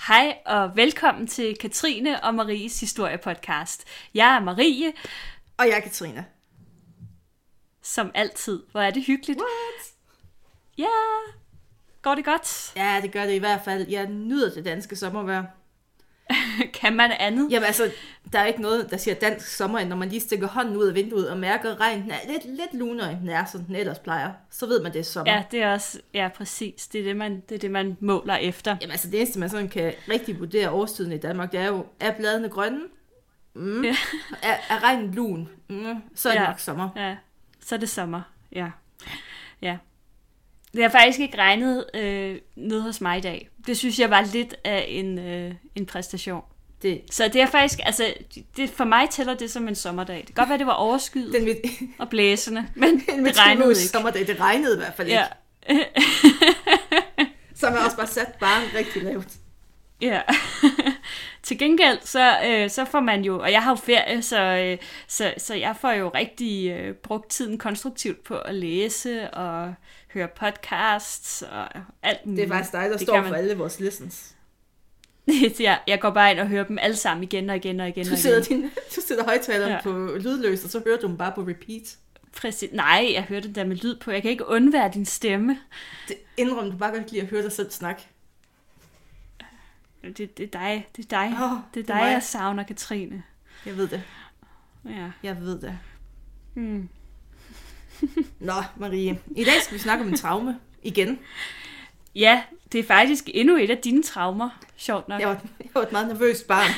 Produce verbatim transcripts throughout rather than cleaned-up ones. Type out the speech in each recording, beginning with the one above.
Hej og velkommen til Katrine og Maries historiepodcast. Jeg er Marie. Og jeg er Katrine. Som altid. Hvor er det hyggeligt. What? Ja, går det godt? Ja, det gør det i hvert fald. Jeg nyder det danske sommervejr. Kan man andet? Jamen altså, der er ikke noget, der siger dansk sommer, når man lige stikker hånden ud af vinduet og mærker, at regnen er lidt, lidt lunere, end den er, som den ellers plejer. Så ved man, det er sommer. Ja, det er også, ja præcis. Det er det, man, det er det, man måler efter. Jamen altså, det eneste, man sådan kan rigtig vurdere årstiden i Danmark, det er jo, er bladene grønne? Mm. Ja. Er, er regnen lun? Mm. Så er det Ja. nok sommer. Ja, så er det sommer. Ja. Ja. Det har faktisk ikke regnet øh, nede hos mig i dag. Det synes jeg var lidt af en, øh, en præstation. Det, Så det er faktisk, altså, det, for mig tæller det som en sommerdag. Det kan godt være, det var overskyet den, og blæsende, men en det regnede ikke. sommerdag, det regnede i hvert fald ikke. Ja. Så har man også bare sat barren rigtig lavt. Ja. Til gengæld, så, øh, så får man jo, og jeg har jo ferie, så, øh, så, så jeg får jo rigtig øh, brugt tiden konstruktivt på at læse og høre podcasts og alt muligt. Det er faktisk dig, der Det står kan for man- alle vores listens. jeg, jeg går bare ind og hører dem alle sammen igen og igen og igen. Du og sætter, igen. din, du sætter højtaleren Ja. ja. på lydløs, og så hører du dem bare på repeat. Præcis. Nej, jeg hørte det der med lyd på. Jeg kan ikke undvære din stemme. Det indrøm, du bare godt lide at høre dig selv snakke. Det, det er dig. Det er dig. Åh, det er det er dig, mig. jeg savner, Katrine. Jeg ved det. Ja. Jeg ved det. Hmm. Nå, Marie. I dag skal vi snakke om en traume. Igen. Ja, det er faktisk endnu et af dine traumer. Sjovt nok. Jeg var, jeg var et meget nervøst barn.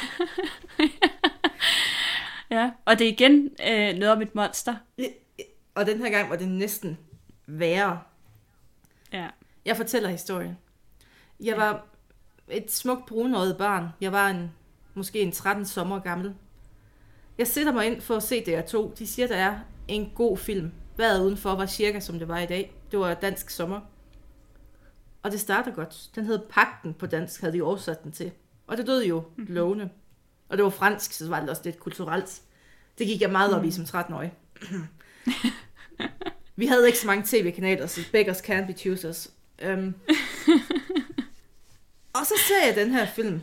Ja, og det er igen øh, noget om et monster. Og den her gang var det næsten værre. Ja. Jeg fortæller historien. Jeg var et smukt brunøjet barn. Jeg var en, måske en tretten sommer gammel. Jeg sætter mig ind for at se D R to. De siger, der er en god film. Vejret udenfor var cirka som det var i dag. Det var dansk sommer. Og det starter godt. Den hed Pagten på dansk, havde de oversat den til. Og det døde jo mm-hmm. lovende. Og det var fransk, så var det også lidt kulturelt. Det gik jeg meget op i som tretten-årig. Vi havde ikke så mange tv-kanaler, så beggars can't be choosers. Um, og så ser jeg den her film.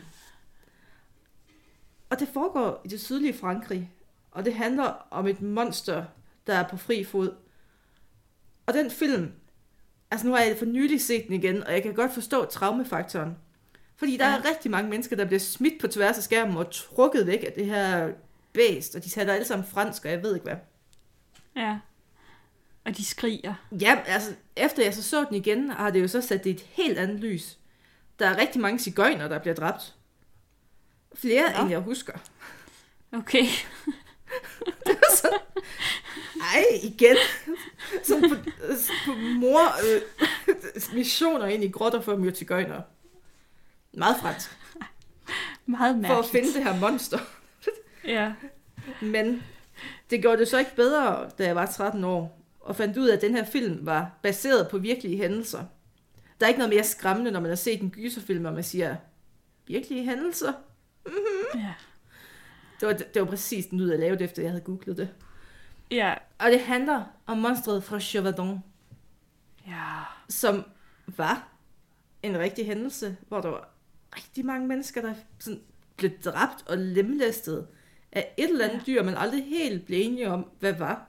Og det foregår i det sydlige Frankrig. Og det handler om et monster, der er på fri fod. Og den film, altså nu har jeg for nylig set den igen, og jeg kan godt forstå traumefaktoren. Fordi der ja. er rigtig mange mennesker, der bliver smidt på tværs af skærmen og trukket væk af det her bæst. Og de taler alle sammen fransk, og jeg ved ikke hvad. Ja. Og de skriger. Ja, altså, efter jeg så så den igen, har det jo så sat det i et helt andet lys. Der er rigtig mange sigøjner, der bliver dræbt. Flere, Ja. end jeg husker. Okay. Det var sådan, ej, igen. Sådan på, på mor øh, missioner ind i grotter for at myrde sigøjner. Meget fransk. Meget mærkeligt. For at finde det her monster. Ja. Men det gjorde det så ikke bedre, da jeg var tretten år. Og fandt ud af, at den her film var baseret på virkelige hændelser. Der er ikke noget mere skræmmende, når man har set en gyserfilm, og man siger, virkelige hændelser? Mm-hmm. Ja. Det var, det var præcis den lyd, jeg lavede, efter jeg havde googlet det. Ja. Og det handler om monstret fra Gévaudan, Ja. som var en rigtig hændelse, hvor der var rigtig mange mennesker, der sådan blev dræbt og lemlæstet af et eller andet Ja. dyr, man aldrig helt blev enige om, hvad var.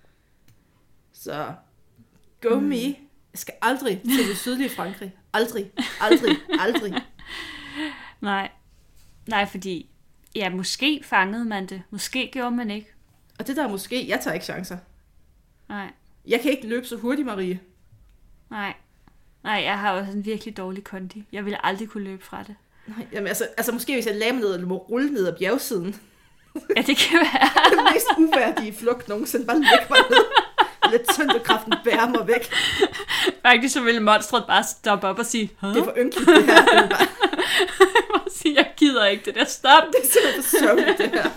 Så go mm. me. Jeg skal aldrig til det sydlige Frankrig. Aldrig, aldrig, aldrig. Nej. Nej, fordi, ja, måske fangede man det. Måske gjorde man ikke. Og det der er måske, jeg tager ikke chancer. Nej. Jeg kan ikke løbe så hurtigt, Marie. Nej. Nej, jeg har også en virkelig dårlig kondi. Jeg ville aldrig kunne løbe fra det. Nej, jamen altså, altså måske hvis jeg lagde mig ned og må rulle ned ad bjergsiden. Ja, det kan være. Den mest uværdige flugt nogensinde. Bare lægge mig ned. Lidt tyngdekraften bærer mig væk. Faktisk så ville monstret bare stoppe op og sige, Hå? Det er for ynkeligt, det her. Det er bare, Og sige, jeg gider ikke det der, stop. det er simpelthen for sørgeligt, det her.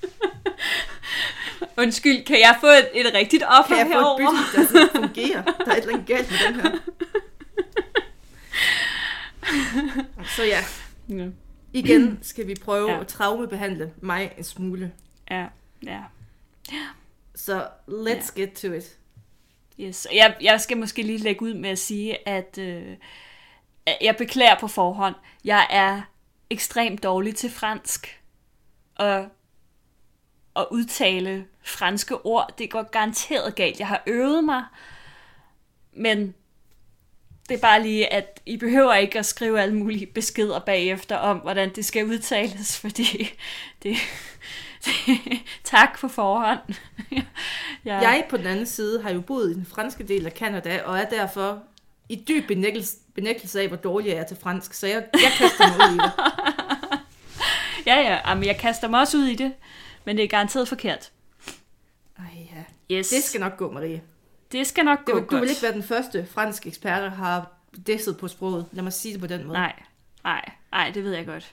Undskyld, kan jeg få et, et rigtigt offer Kan jeg få et herovre? bytte, der sådan fungerer? Der er et eller andet galt med den her. Så ja, Ja. igen skal vi prøve Ja. at traumebehandle mig en smule. Ja, ja. Så let's get to it. Yes. Jeg, jeg skal måske lige lægge ud med at sige, at øh, jeg beklager på forhånd. Jeg er ekstremt dårlig til fransk. Og at udtale franske ord, det går garanteret galt. Jeg har øvet mig, men det er bare lige, at I behøver ikke at skrive alle mulige beskeder bagefter om, hvordan det skal udtales, fordi det... tak på forhånd. ja. Jeg på den anden side har jo boet i den franske del af Canada, og er derfor i dyb benægtelse, benægtelse af, hvor dårlig jeg er til fransk, så jeg, jeg kaster mig ud i det. ja, ja, jamen, jeg kaster mig også ud i det, men det er garanteret forkert. Ej ja, yes. Det skal nok gå, Marie. Det skal nok gå du, godt. Du vil ikke være den første franske ekspert, der har disset på sproget. Lad mig sige det på den måde. Nej, nej, nej, det ved jeg godt.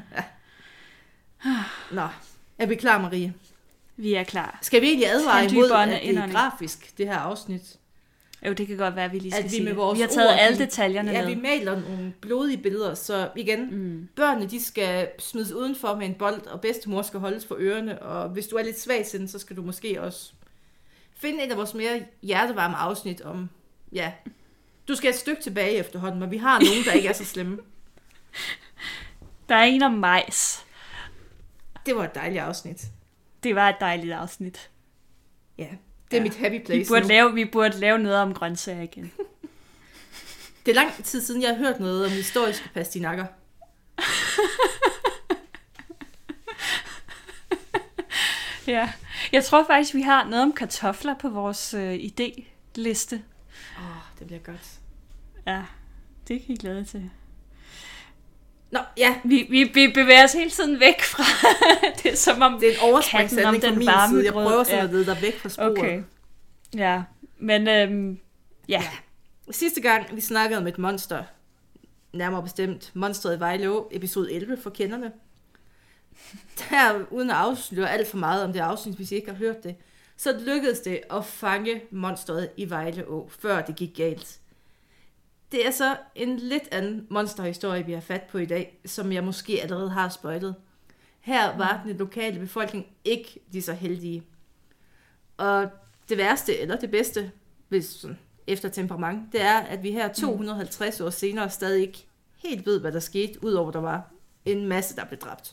Nå, er vi klar, Marie? Vi er klar. Skal vi egentlig advare imod, at det er grafisk, det her afsnit? Jo, det kan godt være, at vi lige skal at vi sige med vores Vi har taget ord, alle detaljerne ja, med. Ja, vi maler nogle blodige billeder, så igen, mm. børnene de skal smides udenfor med en bold, og bedstemor skal holdes for ørerne, og hvis du er lidt svagsind, så skal du måske også finde et af vores mere hjertevarme afsnit om, ja, du skal et stykke tilbage efterhånden, men vi har nogen, der ikke er så slemme. Der er en om majs. Det var et dejligt afsnit. Det var et dejligt afsnit. Ja, det er ja. mit happy place vi burde nu. Lave, vi burde lave noget om grøntsager igen. Det er lang tid siden, jeg har hørt noget om historiske pastinakker. ja, jeg tror faktisk, vi har noget om kartofler på vores øh, idéliste. Åh, oh, det bliver godt. Ja, det kan I glæde til. Nå, ja. Vi, vi, vi bevæger os hele tiden væk fra det, som om det er en overspringshandling fra min side. Jeg prøver sådan ja. at lede dig væk fra sporet. Okay. Ja, men øhm, ja. ja. Sidste gang, vi snakkede om et monster, nærmere bestemt Monstret i Vejle Å, episode elleve for kenderne. Der, uden at afsløre alt for meget om det afsnit, hvis I ikke har hørt det, så lykkedes det at fange monstret i Vejle Å, før det gik galt. Det er så en lidt anden monsterhistorie, vi har fat på i dag, som jeg måske allerede har spoilet. Her var den lokale befolkning ikke lige så heldige. Og det værste, eller det bedste, hvis sådan, efter temperament, det er, at vi her to hundrede og halvtreds år senere stadig ikke helt ved, hvad der skete, udover der var en masse, der blev dræbt.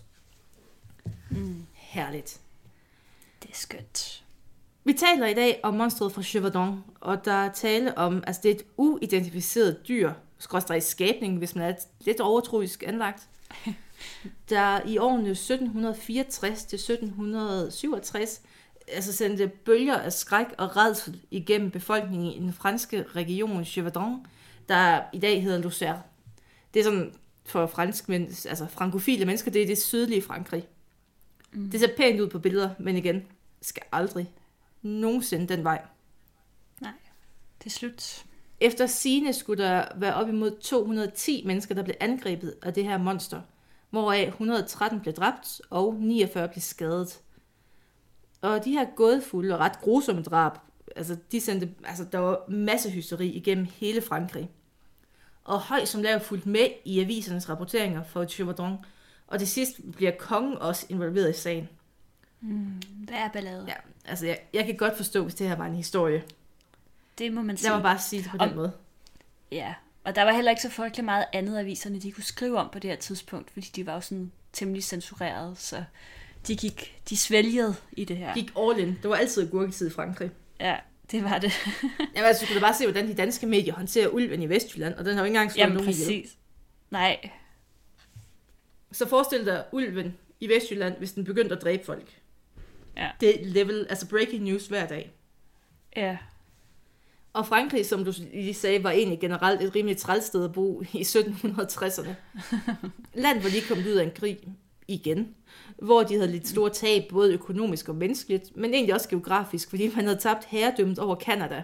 Mm. Herligt. Det er skønt. Vi taler i dag om monstret fra Gévaudan, og der er tale om, altså det er et uidentificeret dyr, skråstreg skabning, hvis man er lidt overtroisk anlagt, der i årene sytten fireogtres til sytten syvogtres altså sendte bølger af skræk og rædsel igennem befolkningen i den franske region Gévaudan, der i dag hedder Lozère. Det er sådan for fransk, men, altså frankofile mennesker, det er det sydlige Frankrig. Mm. Det ser pænt ud på billeder, men igen, skal aldrig nogensinde den vej. Nej, det er slut. Efter sigende skulle der være op imod to hundrede og ti mennesker, der blev angrebet af det her monster, hvoraf et hundrede og tretten blev dræbt og niogfyrre blev skadet. Og de her gådefulde og ret grusomme drab, altså de sendte, altså der var masse hysteri igennem hele Frankrig. Og høj som lav fulgt med i avisernes rapporteringer for Gévaudan, og til sidst bliver kongen også involveret i sagen. Mm, hvad er ballade? Ja, altså jeg, jeg kan godt forstå, hvis det her var en historie. Det må man sige. Lad mig bare sige det på den Om, måde. Ja, og der var heller ikke så frygtelig meget andet aviserne, de kunne skrive om på det her tidspunkt, fordi de var jo sådan temmelig censureret, så de gik, de svælgede i det her. Gik all in. Det var altid gurketid i Frankrig. Ja, det var det. Jamen altså, du kunne da bare se, hvordan de danske medier håndterer ulven i Vestjylland, og den har jo ikke engang slået nogen ihjel. Jamen præcis. Nej. Så forestil dig ulven i Vestjylland, hvis den begyndte at dræbe folk. Ja. Det er level, altså breaking news hver dag. Ja. Og Frankrig, som du lige sagde, var egentlig generelt et rimeligt trælsted at bo i sytten tresserne. Land, hvor de kom ud af en krig igen, hvor de havde lidt store tab, både økonomisk og menneskeligt, men egentlig også geografisk, fordi man havde tabt herredømmet over Canada.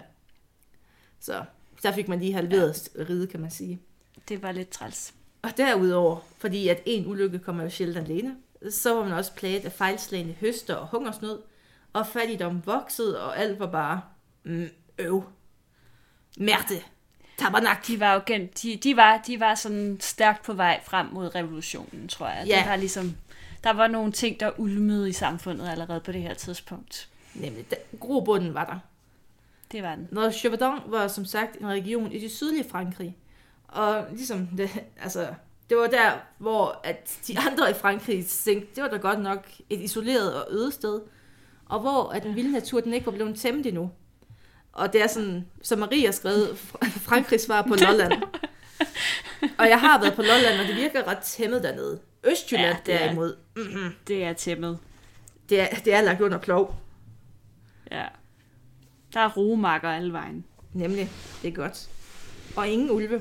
Så der fik man lige halveret ja. riget, kan man sige. Det var lidt træls. Og derudover, fordi at en ulykke kommer jo sjældent alene, så var man også plaget af fejlslagne høster og hungersnød, og fattigdom voksede, og alt var bare mm, øv. Mærte. Tabernak. De var jo gen, de, de, var, de var sådan stærkt på vej frem mod revolutionen, tror jeg. Ja. Det var ligesom, der var nogle ting, der ulmede i samfundet allerede på det her tidspunkt. Nemlig, grobunden var der. Det var den. Når Gévaudan var som sagt en region i det sydlige Frankrig, og ligesom det, altså, Det var der, hvor at de andre i Frankrig tænkte, det var da godt nok et isoleret og øde sted. Og hvor at den vilde natur, den ikke var blevet tæmmet endnu. Og det er sådan, som Marie har skrevet, Frankrigs svar på Lolland. Og jeg har været på Lolland, og det virker ret tæmmet dernede. Østjylland ja, derimod. Mm-hmm. Det er tæmmet. Det er, det er lagt under plov. Ja. Der er roemarker alle vejen. Nemlig, det er godt. Og ingen ulve.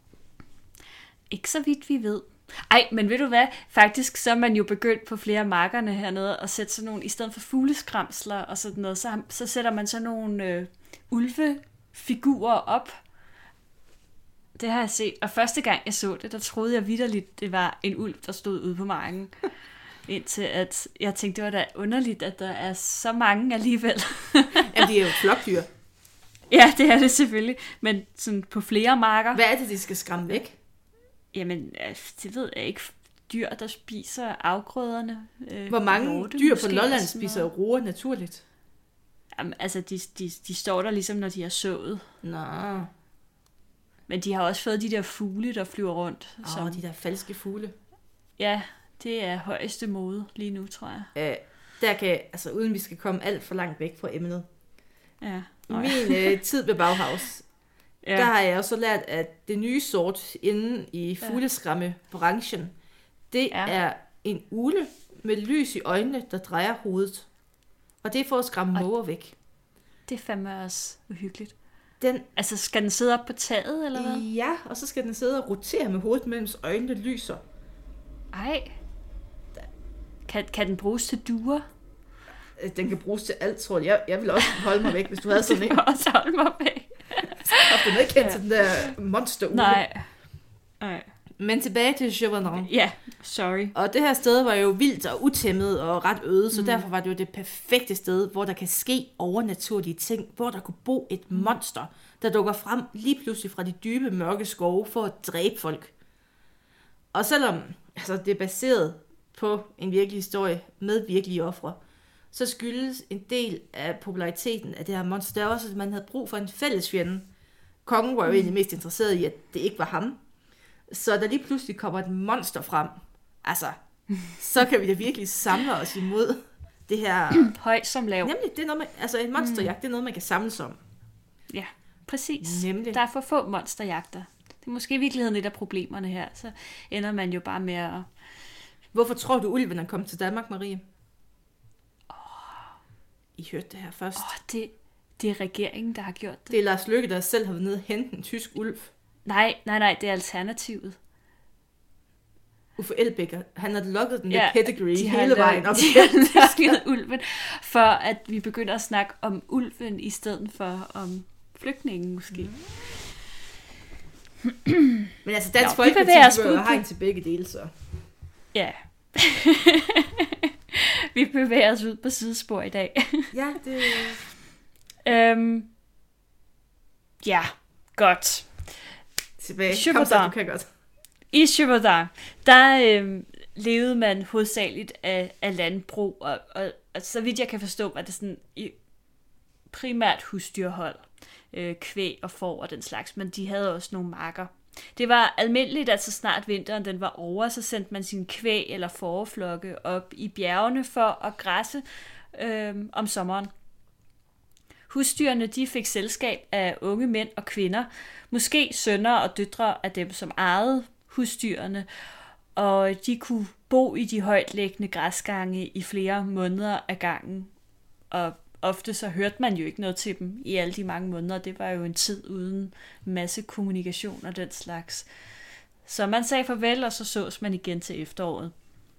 Ikke så vidt vi ved. Ej, men ved du hvad? Faktisk så er man jo begyndt på flere markerne hernede at sætte sådan nogle, i stedet for fugleskramsler og sådan noget, så, så sætter man sådan nogle øh, ulvefigurer op. Det har jeg set. Og første gang jeg så det, der troede jeg vitterligt, det var en ulv, der stod ude på marken. Indtil at jeg tænkte, det var da underligt, at der er så mange alligevel. Jamen, de er jo flokdyr. Ja, det er det selvfølgelig. Men sådan på flere marker. Hvad er det, de skal skræmme væk? Jamen, det ved jeg ikke. Dyr, der spiser afgrøderne. Øh, Hvor mange lorte, dyr på Lolland spiser roer naturligt? Jamen, altså, de, de, de står der ligesom, når de er sået. Nå. Men de har også fået de der fugle, der flyver rundt. Åh, som... de der falske fugle. Ja, det er højeste mode lige nu, tror jeg. Øh, der kan, altså uden vi skal komme alt for langt væk fra emnet. Ja. I min øh, tid ved Bauhaus, ja. Der har jeg også lært, at det nye sort inde i fugleskræmmebranchen, det ja. er en ugle med lys i øjnene, der drejer hovedet. Og det er for at skræmme måger væk. Det er fandme også uhyggeligt. Den, altså, skal den sidde op på taget, eller hvad? Ja, og så skal den sidde og rotere med hovedet, mens øjnene lyser. Ej. Kan, kan den bruges til duer? Den kan bruges til alt, tror jeg. Jeg, jeg vil også holde mig væk, hvis du havde sådan en. Jeg vil også holde mig væk. Og den er ikke kendt ja. til den der monsterugle. Nej. Nej. Men tilbage til Gévaudan. Ja, sorry. Og det her sted var jo vildt og utæmmet og ret øde, så mm. derfor var det jo det perfekte sted, hvor der kan ske overnaturlige ting, hvor der kunne bo et monster, der dukker frem lige pludselig fra de dybe, mørke skove for at dræbe folk. Og selvom altså, det er baseret på en virkelig historie med virkelige ofre, så skyldes en del af populariteten af det her monster, der også, at man havde brug for en fælles fjende. Kongen var jo egentlig mest interesseret i, at det ikke var ham. Så der lige pludselig kommer et monster frem, altså, så kan vi da virkelig samle os imod det her... Højt som lav. Nemlig, det er noget, man, altså en monsterjagt, det er noget, man kan samles om. Ja, præcis. Nemlig. Der er for få monsterjagter. Det er måske i virkeligheden lidt af problemerne her, så ender man jo bare med at... Hvorfor tror du, ulven er kommet til Danmark, Marie? Oh. I hørte det her først. Oh, det, det er regeringen, der har gjort det. Det er Lars Løkke, der selv har været nede og hentet en tysk ulv. Nej, nej, nej, det er alternativet. Uffe Elbæk, han har lukket den med ja, pedigree de hele vejen op. De har lukket ulven, for at vi begynder at snakke om ulven, i stedet for om flygtningen måske. Mm. Men altså, Dansk Folkeparti bør have en til begge dele, så. Ja. Vi bevæger os ud på sidespor i dag. Ja, det... øhm, ja, godt. Tilbage. Kom så, du kan godt. I Gévaudan, der øh, levede man hovedsageligt af, af landbrug, og, og, og så vidt jeg kan forstå, var det sådan i primært husdyrhold, øh, kvæg og får og den slags, men de havde også nogle marker. Det var almindeligt, at så snart vinteren den var over, så sendte man sine kvæg eller fåreflokke op i bjergene for at græsse øh, om sommeren. Husdyrene de fik selskab af unge mænd og kvinder, måske sønner og døtre af dem, som ejede husdyrene, og de kunne bo i de højtliggende græsgange i flere måneder ad gangen. Og ofte så hørte man jo ikke noget til dem i alle de mange måneder. Det var jo en tid uden masse kommunikation og den slags. Så man sagde farvel, og så sås man igen til efteråret.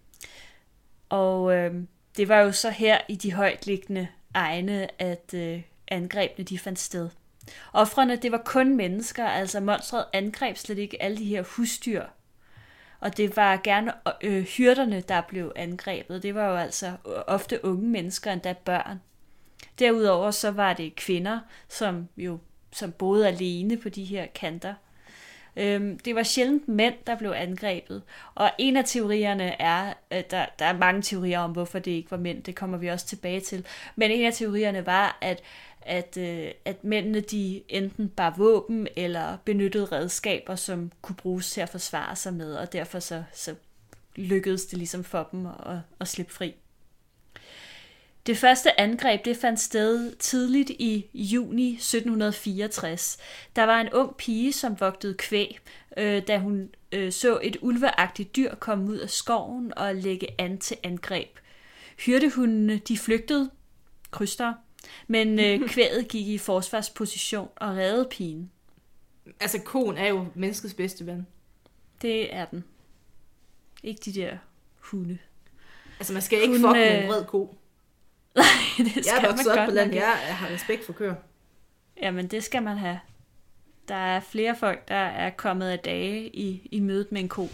Og øh, det var jo så her i de højtliggende egne, at øh, angrebene de fandt sted. Ofrene, det var kun mennesker, altså monstret angreb slet ikke alle de her husdyr. Og det var gerne øh, hyrderne, der blev angrebet. Det var jo altså ofte unge mennesker, endda børn. Derudover så var det kvinder, som jo som boede alene på de her kanter. Øhm, det var sjældent mænd, der blev angrebet. Og en af teorierne er, at der, der er mange teorier om, hvorfor det ikke var mænd. Det kommer vi også tilbage til. Men en af teorierne var, at at, øh, at mændene de enten bar våben eller benyttede redskaber, som kunne bruges til at forsvare sig med, og derfor så, så lykkedes det ligesom for dem at, at slippe fri. Det første angreb det fandt sted tidligt i juni sytten fireogtres. Der var en ung pige, som vogtede kvæg, øh, da hun øh, så et ulveagtigt dyr komme ud af skoven og lægge an til angreb. Hyrdehundene de flygtede, krystere, men øh, kvæget gik i forsvarsposition og reddede pigen. Altså, koen er jo menneskets bedste ven. Det er den. Ikke de der hunde. Altså, man skal ikke Hun, fuck med øh... en vred ko. Nej, det skal jeg er man vokset op godt på land. nok ikke. Jeg har respekt for køer. Jamen, det skal man have. Der er flere folk, der er kommet af dage i, i mødet med en ko.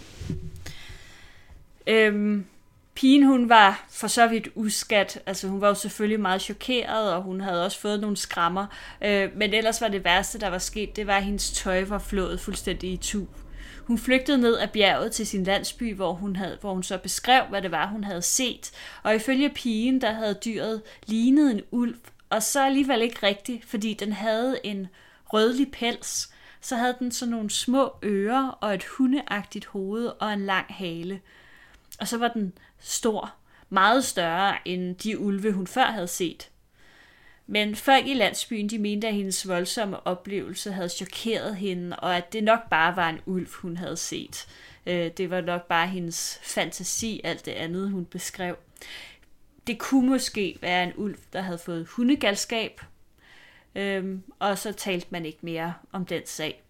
Øhm, pigen, hun var for så vidt uskat. Altså, hun var jo selvfølgelig meget chokeret, og hun havde også fået nogle skrammer. Øh, men ellers var det værste, der var sket, det var, at hendes tøj var flået fuldstændig i tu. Hun flygtede ned ad bjerget til sin landsby, hvor hun, havde, hvor hun så beskrev, hvad det var, hun havde set. Og ifølge pigen, der havde dyret lignet en ulv, og så alligevel ikke rigtigt, fordi den havde en rødlig pels. Så havde den sådan nogle små ører og et hundeagtigt hoved og en lang hale. Og så var den stor, meget større end de ulve, hun før havde set. Men folk i landsbyen, de mente, at hendes voldsomme oplevelse havde chokeret hende, og at det nok bare var en ulv, hun havde set. Det var nok bare hendes fantasi, alt det andet, hun beskrev. Det kunne måske være en ulv, der havde fået hundegalskab, og så talte man ikke mere om den sag.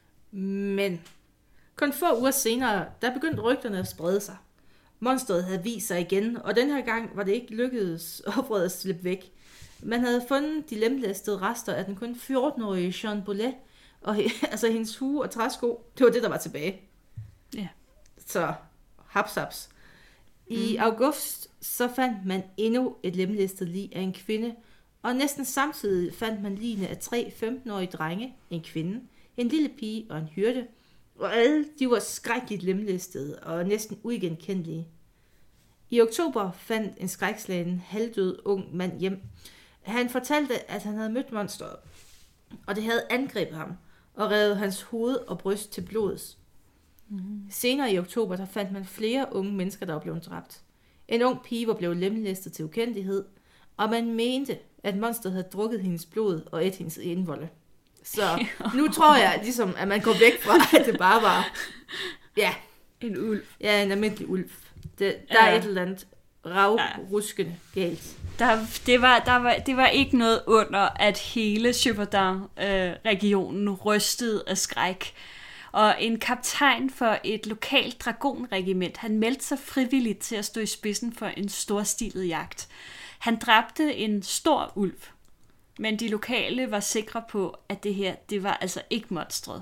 Men kun få uger senere, der begyndte rygterne at sprede sig. Monsteret havde vist sig igen, og den her gang var det ikke lykkedes offeret at slippe væk. Man havde fundet de lemlæstede rester af den kun fjorten-årige Jean Boulet, og altså hendes hue og træsko, det var det, der var tilbage. Ja. Yeah. Så hapsaps. I mm. august så fandt man endnu et lemlæstet lig af en kvinde, og næsten samtidig fandt man ligene af tre femten-årige drenge, en kvinde, en lille pige og en hyrde, og alle de var skrækkeligt lemlæstede og næsten uigenkendelige. I oktober fandt en skrækslagen, halvdød ung mand hjem. Han fortalte, at han havde mødt monsteret, og det havde angrebet ham og revet hans hoved og bryst til blods. Mm. Senere i oktober der fandt man flere unge mennesker, der var blevet dræbt. En ung pige var blevet lemlæstet til ukendelighed, og man mente, at monsteret havde drukket hendes blod og et hendes indvolde. Så nu tror jeg ligesom, at man går væk fra, at det bare var ja, en ulv. Ja, en almindelig ulv. Det, der ja. er et eller andet ravruskende galt. Der, det, var, der var, det var ikke noget under, at hele Gévaudan-regionen øh, rystede af skræk. Og en kaptajn for et lokalt dragonregiment, han meldte sig frivilligt til at stå i spidsen for en storstilet jagt. Han dræbte en stor ulv, men de lokale var sikre på, at det her, det var altså ikke monstret.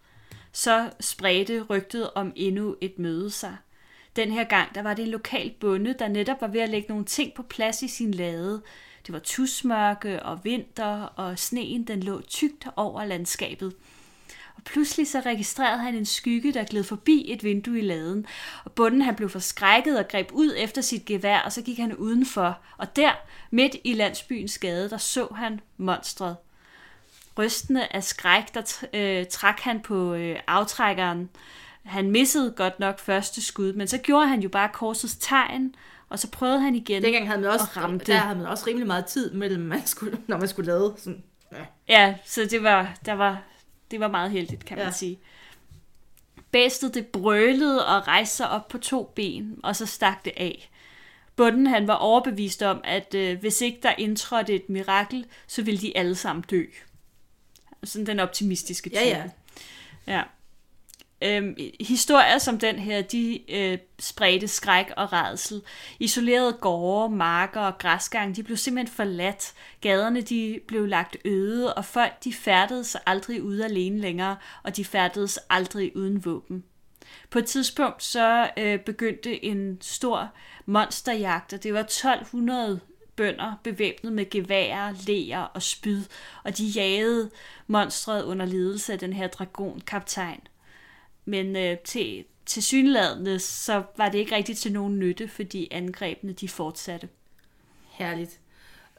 Så spredte rygtet om endnu et møde sig. Den her gang, der var det en lokal bonde, der netop var ved at lægge nogle ting på plads i sin lade. Det var tusmørke og vinter, og sneen den lå tykt over landskabet. Og pludselig så registrerede han en skygge, der gled forbi et vindue i laden. Og bonden han blev forskrækket og greb ud efter sit gevær, og så gik han udenfor. Og der, midt i landsbyens gade, der så han monstret. Rystende af skræk, der øh, trak han på øh, aftrækkeren. Han missede godt nok første skud, men så gjorde han jo bare korsets tegn, og så prøvede han igen. Dengang havde man også, der havde man også rimelig meget tid mellem, man skulle, når man skulle lade. Sådan, ja. ja, så det var, der var, det var meget heldigt, kan man ja. sige. Bæstet det brølede og rejste sig op på to ben, og så stak det af. Bonden han var overbevist om, at øh, hvis ikke der indtrådte et mirakel, så ville de alle sammen dø. Sådan den optimistiske type. Ja, ja. Ja. Øhm, historier som den her, de øh, spredte skræk og rædsel. Isolerede gårde, marker og græsgange, de blev simpelthen forladt. Gaderne, de blev lagt øde, og folk, de færdedes aldrig ude alene længere, og de færdedes aldrig uden våben. På et tidspunkt så øh, begyndte en stor monsterjagt, og det var tolv hundrede bønder bevæbnet med geværer, leer og spyd, og de jagede monstret under ledelse af den her dragonkaptajn. Men øh, til, til synlædende, så var det ikke rigtigt til nogen nytte, fordi angrebene de fortsatte. Herligt.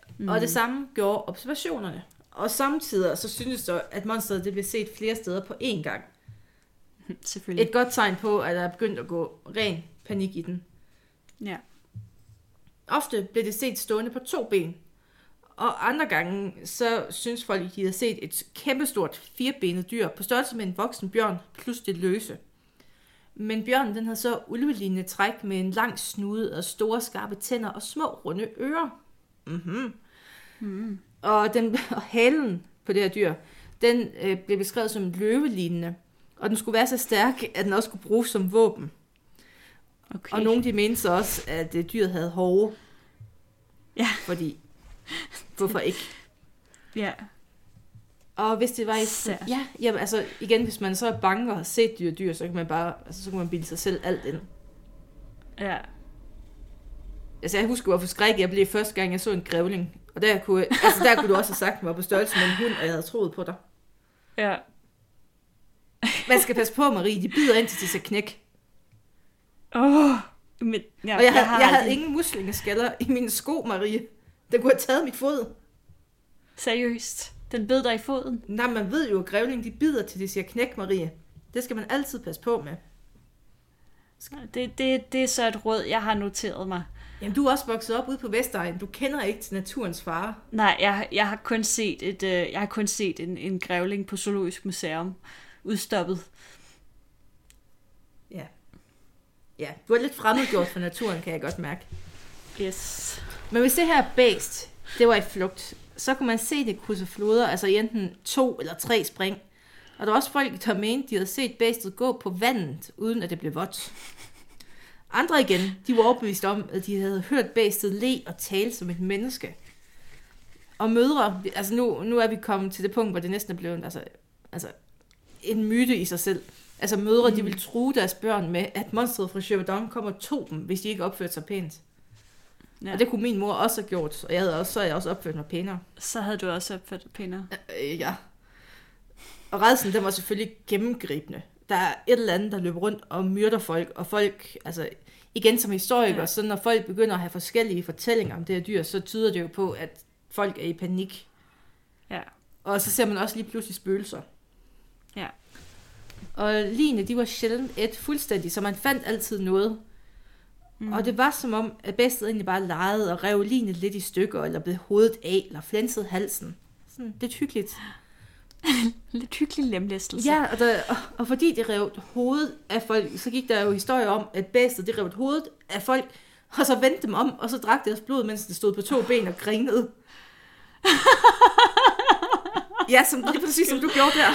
Mm. Og det samme gjorde observationerne. Og samtidig så synes det, at monsteret det blev set flere steder på én gang. Selvfølgelig. Et godt tegn på, at der er begyndt at gå ren panik i den. Ja. Ofte blev det set stående på to ben. Og andre gange, så synes folk, at de havde set et kæmpestort firebenet dyr på størrelse med en voksen bjørn, plus det løse. Men bjørnen den havde så ulvelignende træk med en lang snude og store skarpe tænder og små runde ører. Mm-hmm. Mm. Og, den, og halen på det her dyr, den øh, blev beskrevet som løvelignende. Og den skulle være så stærk, at den også kunne bruges som våben. Okay. Og nogle de mente så også, at øh, dyret havde hove. Ja. Fordi, hvorfor ikke? Ja. Og hvis det var i... Ja, jamen, altså igen, hvis man så er bange og har set dyr dyr, så kan man bare, altså så kan man bilde sig selv alt ind. Ja. Altså jeg husker, hvor forskrækket jeg blev første gang, jeg så en grævling. Og der kunne, altså, der kunne du også have sagt, at jeg var på størrelse med en hund, og jeg havde troet på dig. Ja. Man skal passe på, Marie. De bider ind til de skal knække. Åh. Oh, men, ja, og jeg, jeg, har jeg havde ingen muslingeskaller i mine sko, Marie. Den kunne have taget mit fod. Seriøst? Den bed dig i foden? Nej, man ved jo, at grævling de bider til de siger knæk, Marie. Det skal man altid passe på med. Det, det, det er så et råd, jeg har noteret mig. Jamen, du er også vokset op ude på Vestegn. Du kender ikke til naturens fare. Nej, jeg, jeg har kun set, et, øh, jeg har kun set en, en grævling på Zoologisk Museum. Udstoppet. Ja. Ja, du er lidt fremmedgjort for naturen, kan jeg godt mærke. Yes. Men hvis det her bæst, det var i flugt, så kunne man se det krydse floder, altså i enten to eller tre spring. Og der var også folk, der mente, de havde set bæstet gå på vandet, uden at det blev vådt. Andre igen, de var overbevist om, at de havde hørt bæstet le og tale som et menneske. Og mødre, altså nu, nu er vi kommet til det punkt, hvor det næsten er blevet altså, altså en myte i sig selv. Altså mødre, mm. de ville true deres børn med, at monstret fra Gévaudan kommer og tog dem, hvis de ikke opførte sig pænt. Ja. Og det kunne min mor også have gjort, og jeg havde også, så havde jeg også opført mig pænere. Så havde du også opført dig pænere. Øh, ja. Og rædslen, den var selvfølgelig gennemgribende. Der er et eller andet, der løber rundt og myrder folk, og folk, altså igen som historiker, ja. Så når folk begynder at have forskellige fortællinger om det her dyr, så tyder det jo på, at folk er i panik. Ja. Og så ser man også lige pludselig spøgelser. Ja. Og ligene, de var sjældent et fuldstændig, så man fandt altid noget. Mm. Og det var som om, at bæstet egentlig bare legede og rev linet lidt i stykker, eller blev hovedet af, eller flænsede halsen. Sådan lidt hyggeligt. Lidt hyggelig lemlæstelse. Ja, og, der, og, og fordi det rev hovedet af folk, så gik der jo historier om, at bæstet det rev hovedet af folk, og så vendte dem om, og så drak deres blod, mens det stod på to ben og grinede. Ja, som, lige præcis som du gjorde der.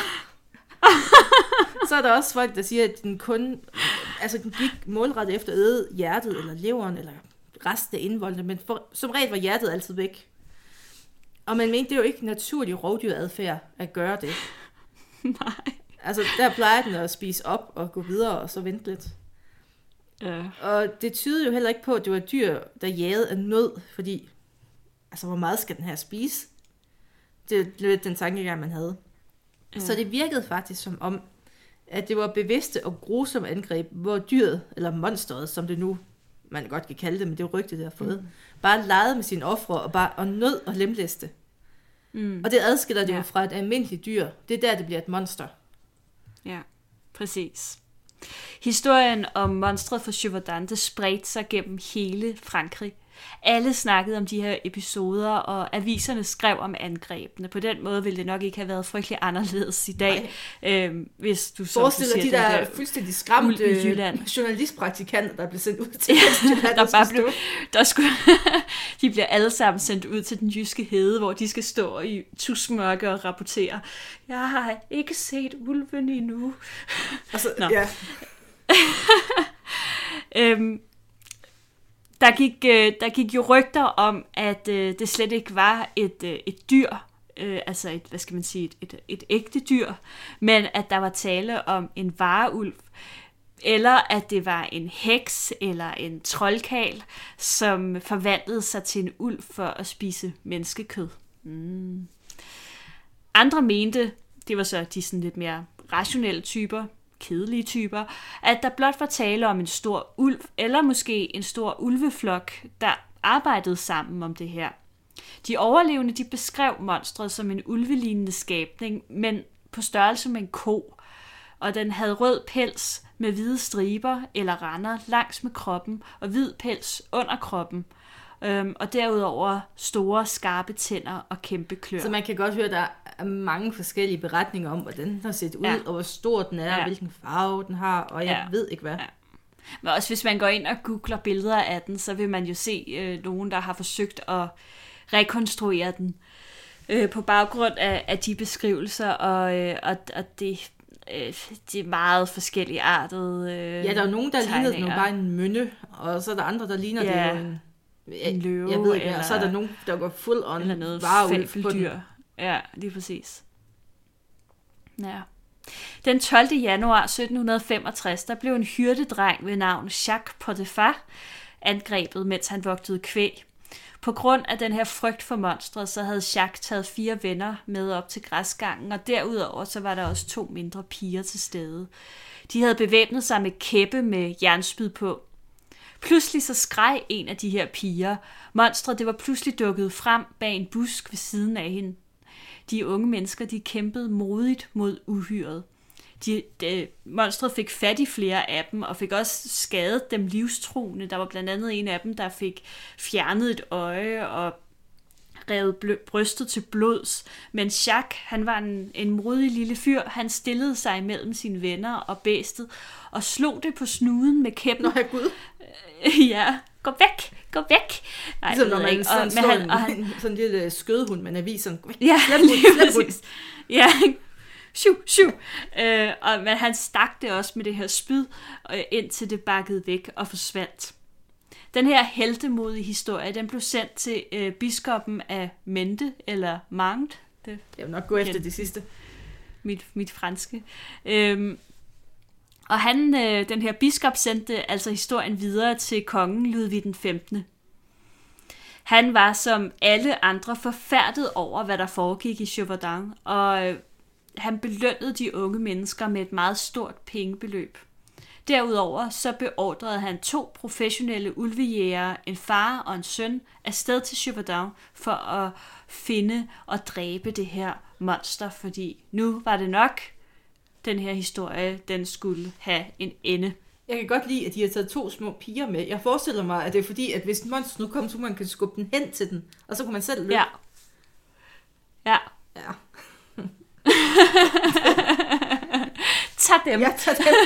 Så er der også folk, der siger, at den kun, altså den gik målrettet efter at æde hjertet, eller leveren, eller resten af indvoldene, men for, som regel var hjertet altid væk. Og man mente, det er jo ikke naturlig rovdyradfærd at gøre det. Nej. Altså, der plejer den at spise op og gå videre, og så vente lidt. Ja. Og det tyder jo heller ikke på, at det var et dyr, der jagede af nød, fordi, altså, hvor meget skal den her spise? Det er lidt den tankegang, man havde. Ja. Så det virkede faktisk som om, at det var bevidste og grusomme angreb, hvor dyret, eller monsteret, som det nu, man godt kan kalde det, men det er jo rygtet, det har fået, mm. bare legede med sine ofre og bare og nød og lemlæste. Mm. Og det adskiller det ja. jo fra et almindeligt dyr. Det er der, det bliver et monster. Ja, præcis. Historien om monstret fra Gévaudan, det spredte sig gennem hele Frankrig. Alle snakkede om de her episoder, og aviserne skrev om angrebene. På den måde ville det nok ikke have været frygtelig anderledes i dag, øhm, hvis du som Forestil dig de der, der fuldstændig skræmte journalistpraktikanter, der blev sendt ud til Jylland. der bare blev, der skulle, de bliver alle sammen sendt ud til den jyske hede, hvor de skal stå i tusmørke og rapportere. Jeg har ikke set ulven endnu. Altså, ja. øhm, Der gik, der gik jo rygter om, at øh, det slet ikke var et, øh, et dyr, øh, altså et, hvad skal man sige, et, et, et ægte dyr, men at der var tale om en varulv, eller at det var en heks eller en troldkarl, som forvandlede sig til en ulv for at spise menneskekød. Mm. Andre mente, det var så de sådan lidt mere rationelle typer, kedelige typer, at der blot var tale om en stor ulv, eller måske en stor ulveflok, der arbejdede sammen om det her. De overlevende de beskrev monstret som en ulvelignende skabning, men på størrelse med en ko, og den havde rød pels med hvide striber eller render langs med kroppen og hvid pels under kroppen, øhm, og derudover store, skarpe tænder og kæmpe klør. Så man kan godt høre, at der er mange forskellige beretninger om, hvordan den har set ud, ja. og hvor stor den er, ja. hvilken farve den har, og jeg ja. ved ikke hvad. Ja. Men også hvis man går ind og googler billeder af den, så vil man jo se øh, nogen, der har forsøgt at rekonstruere den øh, på baggrund af, af de beskrivelser, og, øh, og, og det, øh, det er meget forskellige artede øh, Ja, der er nogen, der ligner den bare en mynde, og så er der andre, der ligner ja, det en, en løve, jeg ved ikke, eller, og så er der nogen, der går full on eller noget fabeldyr. Ja, lige præcis. Ja. Den tolvte januar sytten femogtres, der blev en hyrdedreng ved navn Jacques Potiphar angrebet, mens han vogtede kvæg. På grund af den her frygt for monstret, så havde Jacques taget fire venner med op til græsgangen, og derudover så var der også to mindre piger til stede. De havde bevæbnet sig med kæppe med jernspyd på. Pludselig så skreg en af de her piger. Monstret det var pludselig dukket frem bag en busk ved siden af hende. De unge mennesker, de kæmpede modigt mod uhyret. De, de, monstret fik fat i flere af dem, og fik også skadet dem livstruende. Der var blandt andet en af dem, der fik fjernet et øje og revet blø- brystet til blods. Men Jacques, han var en, en modig lille fyr. Han stillede sig imellem sine venner og bæstet, og slog det på snuden med kæppen. Nå, Gud. Ja, gå væk, gå væk. Nej, ligesom når man ikke. sådan og, slår han, en, og han, sådan en lille skødehund med en avis. Sådan, ja, slip hund, slip hund. Ja, Shoo, shoo. Øh, og, men han stak det også med det her spyd, øh, indtil det bakkede væk og forsvandt. Den her heltemodige historie, den blev sendt til øh, biskoppen af Mente, eller Mangt. Det jeg vil nok gå efter det sidste. Mit, mit franske. Øhm, og han, øh, den her biskop sendte altså historien videre til kongen Ludvig den femtende. Han var som alle andre forfærdet over, hvad der foregik i Gévaudan, og øh, han belønnede de unge mennesker med et meget stort pengebeløb. Derudover så beordrede han to professionelle ulvejægere, en far og en søn, afsted til Gévaudan for at finde og dræbe det her monster, fordi nu var det nok, den her historie, den skulle have en ende. Jeg kan godt lide, at de har taget to små piger med. Jeg forestiller mig, at det er fordi, at hvis en monster nu kommer, så man kan skubbe den hen til den, og så kan man selv løbe. Ja. Ja. Ja. Tag dem. Ja, tag dem.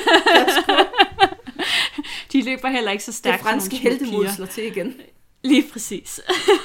De løber heller ikke så stærkt. Det franske heltemod slår til igen. Lige præcis.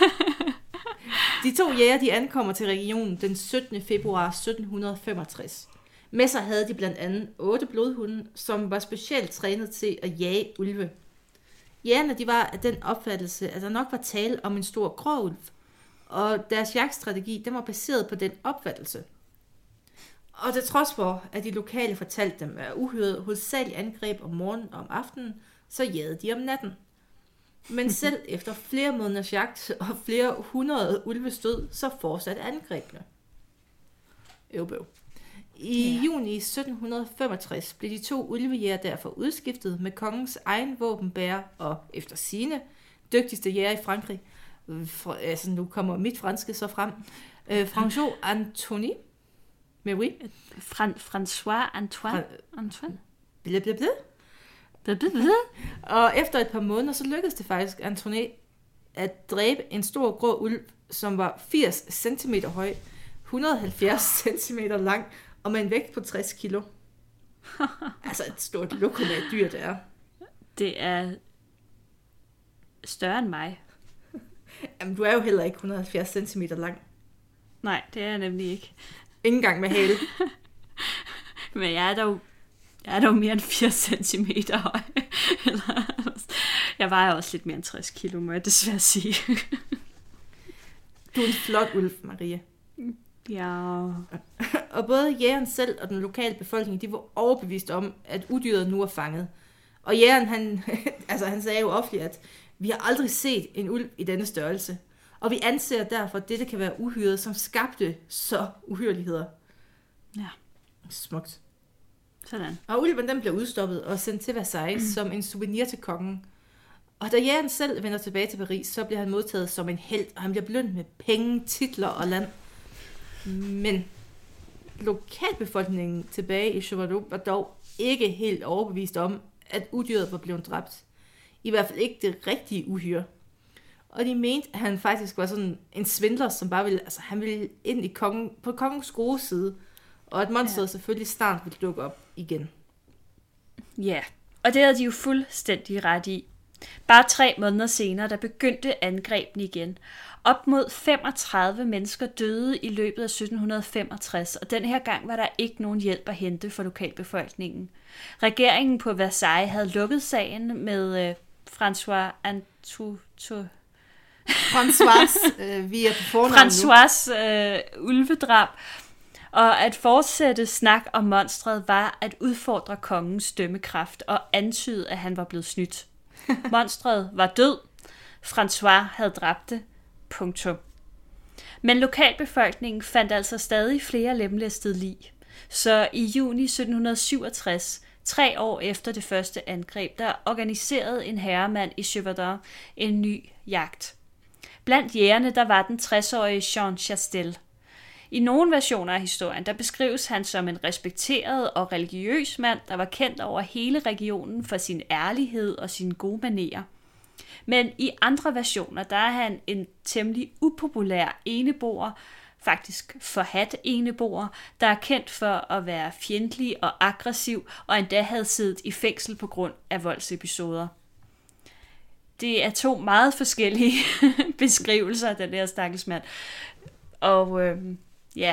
De to jæger, de ankommer til regionen den syttende februar sytten femogtres. Med sig havde de blandt andet otte blodhunde, som var specielt trænet til at jage ulve. Jægerne, de var af den opfattelse, at der nok var tale om en stor grå ulv, og deres jagtstrategi, den var baseret på den opfattelse. Og til trods for, at de lokale fortalte dem, at uhyret hovedsageligt angreb om morgenen og om aftenen, så jagede de om natten. Men selv efter flere måneders jagt og flere hundrede ulvestød, så fortsatte angrebene. Øvbøv. I ja. juni sytten femogtres blev de to ulvejæger derfor udskiftet med kongens egen våbenbærer og efter sigende dygtigste jæger i Frankrig. For, altså nu kommer mit franske så frem. Øh, François Antoine. Mais oui. Fran- François Antoine. Fran- Antoine. Bля, bla, bla. Og efter et par måneder, så lykkedes det faktisk Antoine at dræbe en stor grå ulv, som var firs centimeter høj, et hundrede og halvfjerds centimeter lang, og med en vægt på tres kilo. Altså et stort lokomat dyr, det er. Det er større end mig. Jamen, du er jo heller ikke et hundrede og halvfjerds centimeter lang. Nej, det er jeg nemlig ikke. Ingen gang med hale. Men jeg er dog, jeg er dog mere end firs centimeter høj. Jeg vejer også lidt mere end tres kilo, må jeg desværre sige. Du er en flot ulv, Maria. Ja. Og både jægeren selv og den lokale befolkning, de var overbevist om, at udyret nu er fanget. Og jægeren, han, altså, han sagde jo offentligt, at vi har aldrig set en ulv i denne størrelse. Og vi anser derfor, at dette kan være uhyret, som skabte så uhyrligheder. Ja. Smukt. Sådan. Og ulven, den blev udstoppet og sendt til Versailles mm. som en souvenir til kongen. Og da jægeren selv vender tilbage til Paris, så bliver han modtaget som en helt, og han bliver belønnet med penge, titler og land. Men lokalbefolkningen tilbage i Chevreau var dog ikke helt overbevist om, at udyret var blevet dræbt. I hvert fald ikke det rigtige uhyre. Og de mente, at han faktisk var sådan en svindler, som bare ville, altså han ville ind i kongen, på kongens gode side, og at monsteret ja. selvfølgelig snart ville dukke op igen. Ja, og det havde de jo fuldstændig ret i. Bare tre måneder senere, der begyndte angrebene igen. Op mod femogtredive mennesker døde i løbet af sytten femogtres, og den her gang var der ikke nogen hjælp at hente for lokalbefolkningen. Regeringen på Versailles havde lukket sagen med øh, François Antou... François, øh, vi er på fornavn François øh, ulvedrab. Og at fortsætte snak om monstret var at udfordre kongens dømmekraft og antyde, at han var blevet snydt. Monstret var død. François havde dræbt det. Punktum. Men lokalbefolkningen fandt altså stadig flere lemlæstede lig. Så i juni sytten syvogtres, tre år efter det første angreb, der organiserede en herremand i Chevreau en ny jagt. Blandt jægerne der var den tres-årige Jean Chastel. I nogle versioner af historien, der beskrives han som en respekteret og religiøs mand, der var kendt over hele regionen for sin ærlighed og sine gode manerer. Men i andre versioner, der er han en temmelig upopulær eneboer, faktisk forhat eneboer, der er kendt for at være fjendtlig og aggressiv, og endda havde siddet i fængsel på grund af voldsepisoder. Det er to meget forskellige beskrivelser af den der stakkelsmand. Og øh, ja,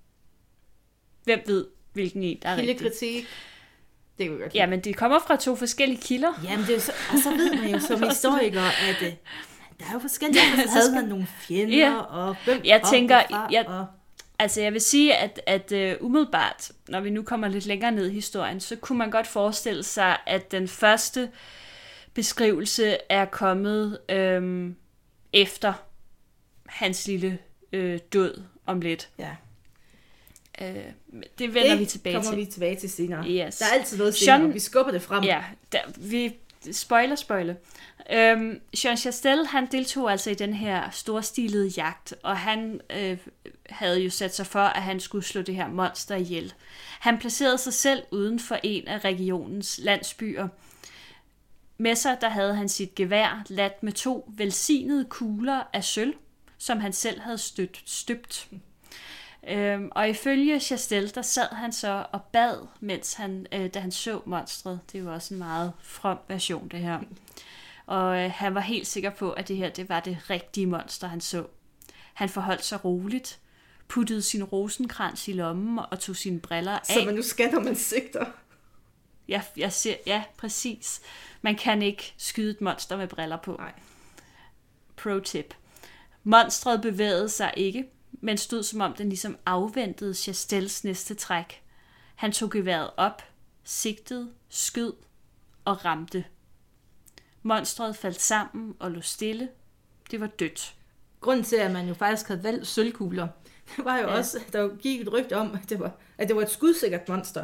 hvem ved, hvilken en, der er rigtig. Kildekritik. Det kan vi godt. Ja, men det kommer fra to forskellige kilder. Jamen, det er så, og så ved man jo som historiker, at uh, der er jo forskellige, ja, så havde man nogle fjender, ja. og hvem jeg tænker, fra, jeg, og... altså jeg vil sige, at, at uh, umiddelbart, når vi nu kommer lidt længere ned i historien, så kunne man godt forestille sig, at den første beskrivelse er kommet øhm, efter hans lille øh, død om lidt. Ja. Øh, det vender det vi tilbage kommer til. vi tilbage til senere. Yes. Der er altid noget senere, Jean... vi skubber det frem. Ja, der, vi spoiler, spoiler. Øhm, Jean Chastel, han deltog altså i den her storstilede jagt, og han øh, havde jo sat sig for, at han skulle slå det her monster ihjel. Han placerede sig selv uden for en af regionens landsbyer. Med sig, der havde han sit gevær ladt med to velsignede kugler af sølv, som han selv havde støbt. støbt. Øhm, og ifølge Chastel, der sad han så og bad, mens han, øh, da han så monstret. Det var også en meget from version, det her. Og øh, han var helt sikker på, at det her det var det rigtige monster, han så. Han forholdt sig roligt, puttede sin rosenkrans i lommen og tog sine briller af. Så man nu skal, når man sigter. Ja, jeg ser, ja, præcis. Man kan ikke skyde et monster med briller på. Nej. Pro tip. Monstret bevægede sig ikke, men stod som om den ligesom afventede Chastels næste træk. Han tog geværet op, sigtede, skød og ramte. Monstret faldt sammen og lå stille. Det var dødt. Grunden til, at man jo faktisk havde valgt sølvkugler, det var jo ja. også, at der gik et rygte om, at det var, at det var et skudsikkert monster.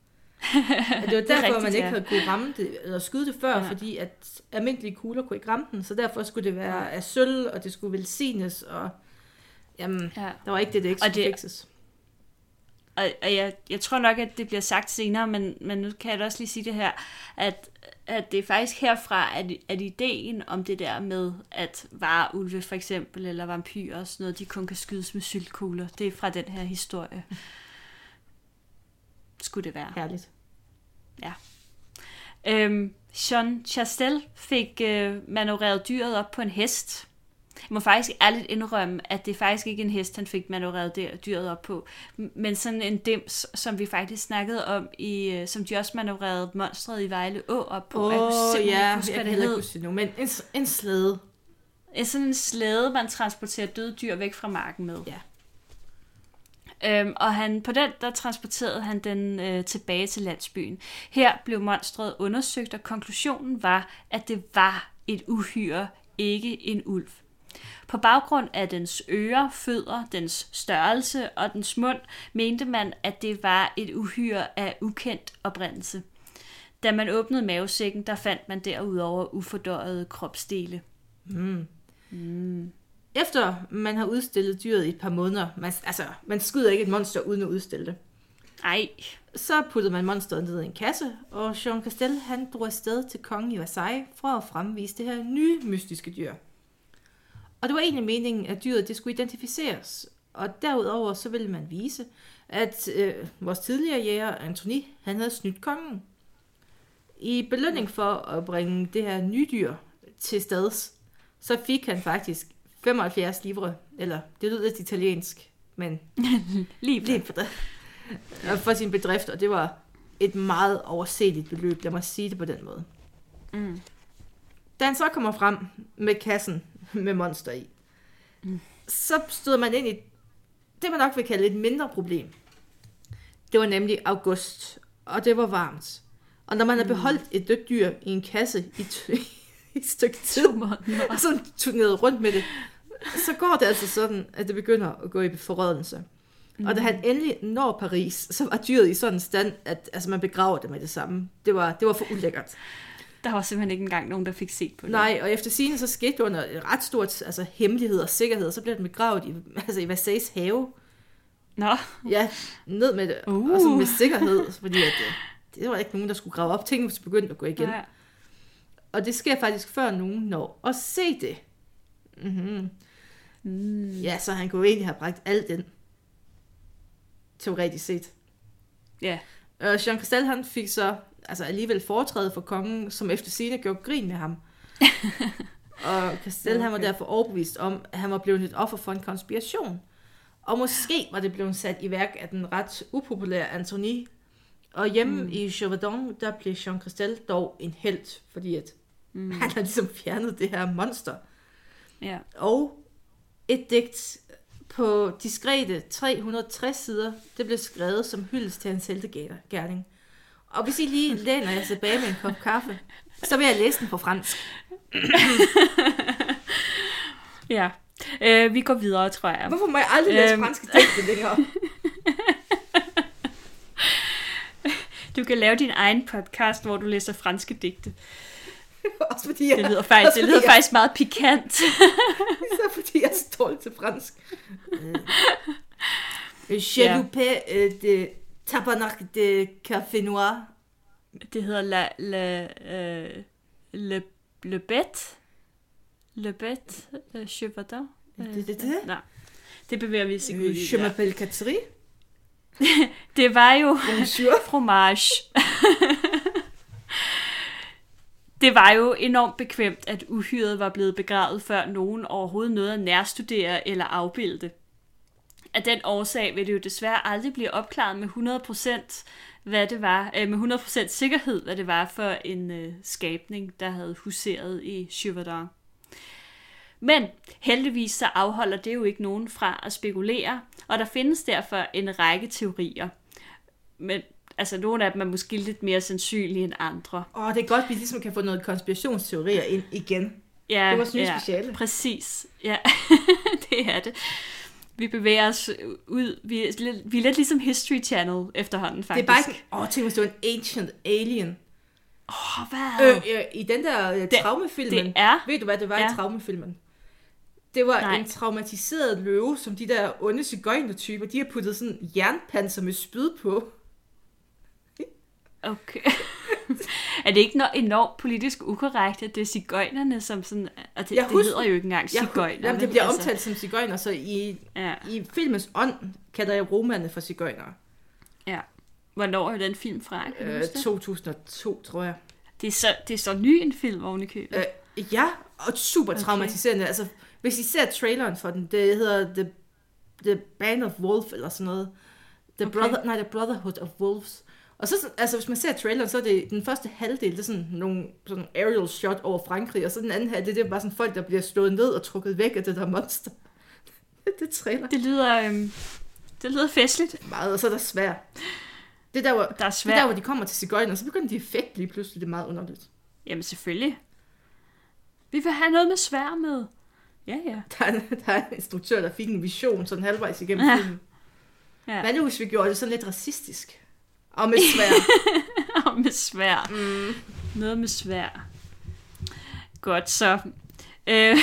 At det var derfor, det rigtigt, man ikke ja. havde kunne ramme det, eller skyde det før, ja. fordi at almindelige kugler kunne ikke ramme den, så derfor skulle det være af sølv, og det skulle velsignes, og jamen, ja. der var ikke det, det ikke skulle fikses. Og, og jeg, jeg tror nok, at det bliver sagt senere, men, men nu kan jeg da også lige sige det her, at, at det er faktisk herfra, at, at ideen om det der med, at varulve for eksempel, eller vampyrer og sådan noget, de kun kan skydes med syltkugler, det er fra den her historie. Skulle det være. Herligt. Ja. Øhm, Jean Chastel fik øh, manøvreret dyret op på en hest. Jeg må faktisk ærligt indrømme, at det er faktisk ikke en hest, han fik manøvreret dyret op på, men sådan en dims, som vi faktisk snakkede om, i, som de også manøvrerede monstret i Vejle Å op på. Åh, oh, ja, jeg huske, kan heller ikke huske det nu, men en, en slæde. En sådan en slæde, man transporterer døde dyr væk fra marken med. Ja. Øhm, og han, på den, der transporterede han den øh, tilbage til landsbyen. Her blev monstret undersøgt, og konklusionen var, at det var et uhyre, ikke en ulv. På baggrund af dens ører, fødder, dens størrelse og dens mund, mente man, at det var et uhyre af ukendt oprindelse. Da man åbnede mavesækken, der fandt man derudover ufordøjede kropsdele. Mm. Mm. Efter man har udstillet dyret i et par måneder, man, altså man skyder ikke et monster uden at udstille det, Ej. så puttede man monsteret ned i en kasse, og Jean Castel han drog afsted til kongen i Versailles for at fremvise det her nye mystiske dyr. Og det var egentlig meningen, at dyret det skulle identificeres, og derudover så ville man vise, at øh, vores tidligere jæger, Antony, han havde snydt kongen. I belønning for at bringe det her nye dyr til stads, så fik han faktisk femoghalvfjerds livre, eller det lyder lidt italiensk, men Livre. for, det, for sin bedrift, og det var et meget overseligt beløb, lad mig sige det på den måde. Mm. Da han så kommer frem med kassen med monster i, mm. så stod man ind i det, man nok vil kalde et mindre problem. Det var nemlig august, og det var varmt. Og når man har beholdt et dødt dyr i en kasse i, t- i et stykke tid, og så turneret rundt med det, så går det altså sådan, at det begynder at gå i forrådnelse. Mm. Og da han endelig når Paris, så var dyret i sådan en stand, at altså, man begraver det med det samme. Det var, det var for ulækkert. Der var simpelthen ikke engang nogen, der fik set på det. Nej, og efter sigende så skete det under et ret stort altså, hemmelighed og sikkerhed, og så blev den begravet i, altså, i Versailles have. Nå. Ja, ned med det, uh. og så med sikkerhed, fordi at, det var ikke nogen, der skulle grave op. Tingene var begyndt at gå igen. Ja. Og det sker faktisk før nogen når at se det. Mm-hmm. Mm. Ja, så han kunne egentlig have bragt alt den. Teoretisk set. Ja. Og Jean Castel, han fik så altså alligevel foretræde for kongen, som efter sigende gjorde grin med ham. Og Castel, okay. han var derfor overbevist om, at han var blevet et offer for en konspiration. Og måske var det blevet sat i værk af den ret upopulære Antony. Og hjemme mm. i Gévaudan, der blev Jean Castel dog en helt, fordi at mm. han har ligesom fjernet det her monster. Ja. Og et digt på diskrete tre hundrede og tres sider, det blev skrevet som hyldest til hans heltegerning. Og hvis I lige læner jer tilbage med en kop kaffe, så vil jeg læse den på fransk. Ja, øh, vi går videre, tror jeg. Hvorfor må jeg aldrig læse øhm. franske tekster længere? Du kan lave din egen podcast, hvor du læser franske digte. Også fordi jeg, det lyder faktisk, det lyder jeg, faktisk meget pikant. Så fordi jeg er så dårlig til fransk. Chaloupe de tabernac de café noir. Det hedder la, la, uh, le, le bête. Le bête. Uh, Gévaudan. Det det det? Nej, det bevæger vi sig ud i. Je m'appelle Catherine. Det var jo Bonjour. Fromage. Det var jo enormt bekvemt, at uhyret var blevet begravet, før nogen overhovedet nåede at nærstudere eller afbilde. Af den årsag vil det jo desværre aldrig blive opklaret med hundrede procent, hvad det var, øh, med hundrede procent sikkerhed, hvad det var for en øh, skabning, der havde huseret i Gévaudan. Men heldigvis så afholder det jo ikke nogen fra at spekulere, og der findes derfor en række teorier. Men altså nogle af dem er måske lidt mere sandsynlige end andre. Åh, oh, det er godt, at vi ligesom kan få noget konspirationsteorier ind igen. Ja, det var sådan ja, speciale. Præcis. Ja, det er det. Vi bevæger os ud. Vi er, lidt, vi er lidt ligesom History Channel efterhånden, faktisk. Det er bare ikke... Åh, oh, tænk hvis det var en ancient alien. Åh, oh, hvad? Øh, øh, I den der uh, traumefilmen. Det er... Ved du, hvad det var ja. i traumefilmen? Det var Nej. en traumatiseret løve, som de der onde sigøjnertyper, de har puttet sådan en jernpanser med spyd på. Okay. Er det ikke noget enormt politisk ukorrekt, at det er sigøjnerne, som sådan... Og det, det hedder jo ikke engang sigøjner. Jamen, det bliver omtalt altså som sigøjner, så i, ja. i filmens ånd kalder jeg romerne for sigøjnere. Ja. Hvornår er den film fra? Kan du øh, to tusind og to, tror jeg. Det er så, det er så ny en film oven i købet. Øh, ja, og super traumatiserende. Okay. Altså, hvis I ser traileren for den, det hedder The, The Band of Wolf, eller sådan noget. The, okay. brother, nej, The Brotherhood of Wolves. Og så, altså hvis man ser traileren, så er det den første halvdel, det er sådan nogle sådan aerial shot over Frankrig, og så den anden halvdel, det er bare sådan folk, der bliver slået ned og trukket væk af det der monster. Det er trailer. Det lyder, øhm, det lyder festligt. Meget, og så er der svær. Det der, hvor, der er svær. Det der, hvor de kommer til sigøjner, så begynder de effekt lige pludselig, det er meget underligt. Jamen selvfølgelig. Vi vil have noget med svær med. Ja, ja. Der er, der er en instruktør, der fik en vision sådan halvvejs igennem ja. filmen. Ja. Hvad nu, hvis vi gjorde det sådan lidt racistisk? Og med svær. med svær. Mm. Noget med svær. Godt, så. Øh,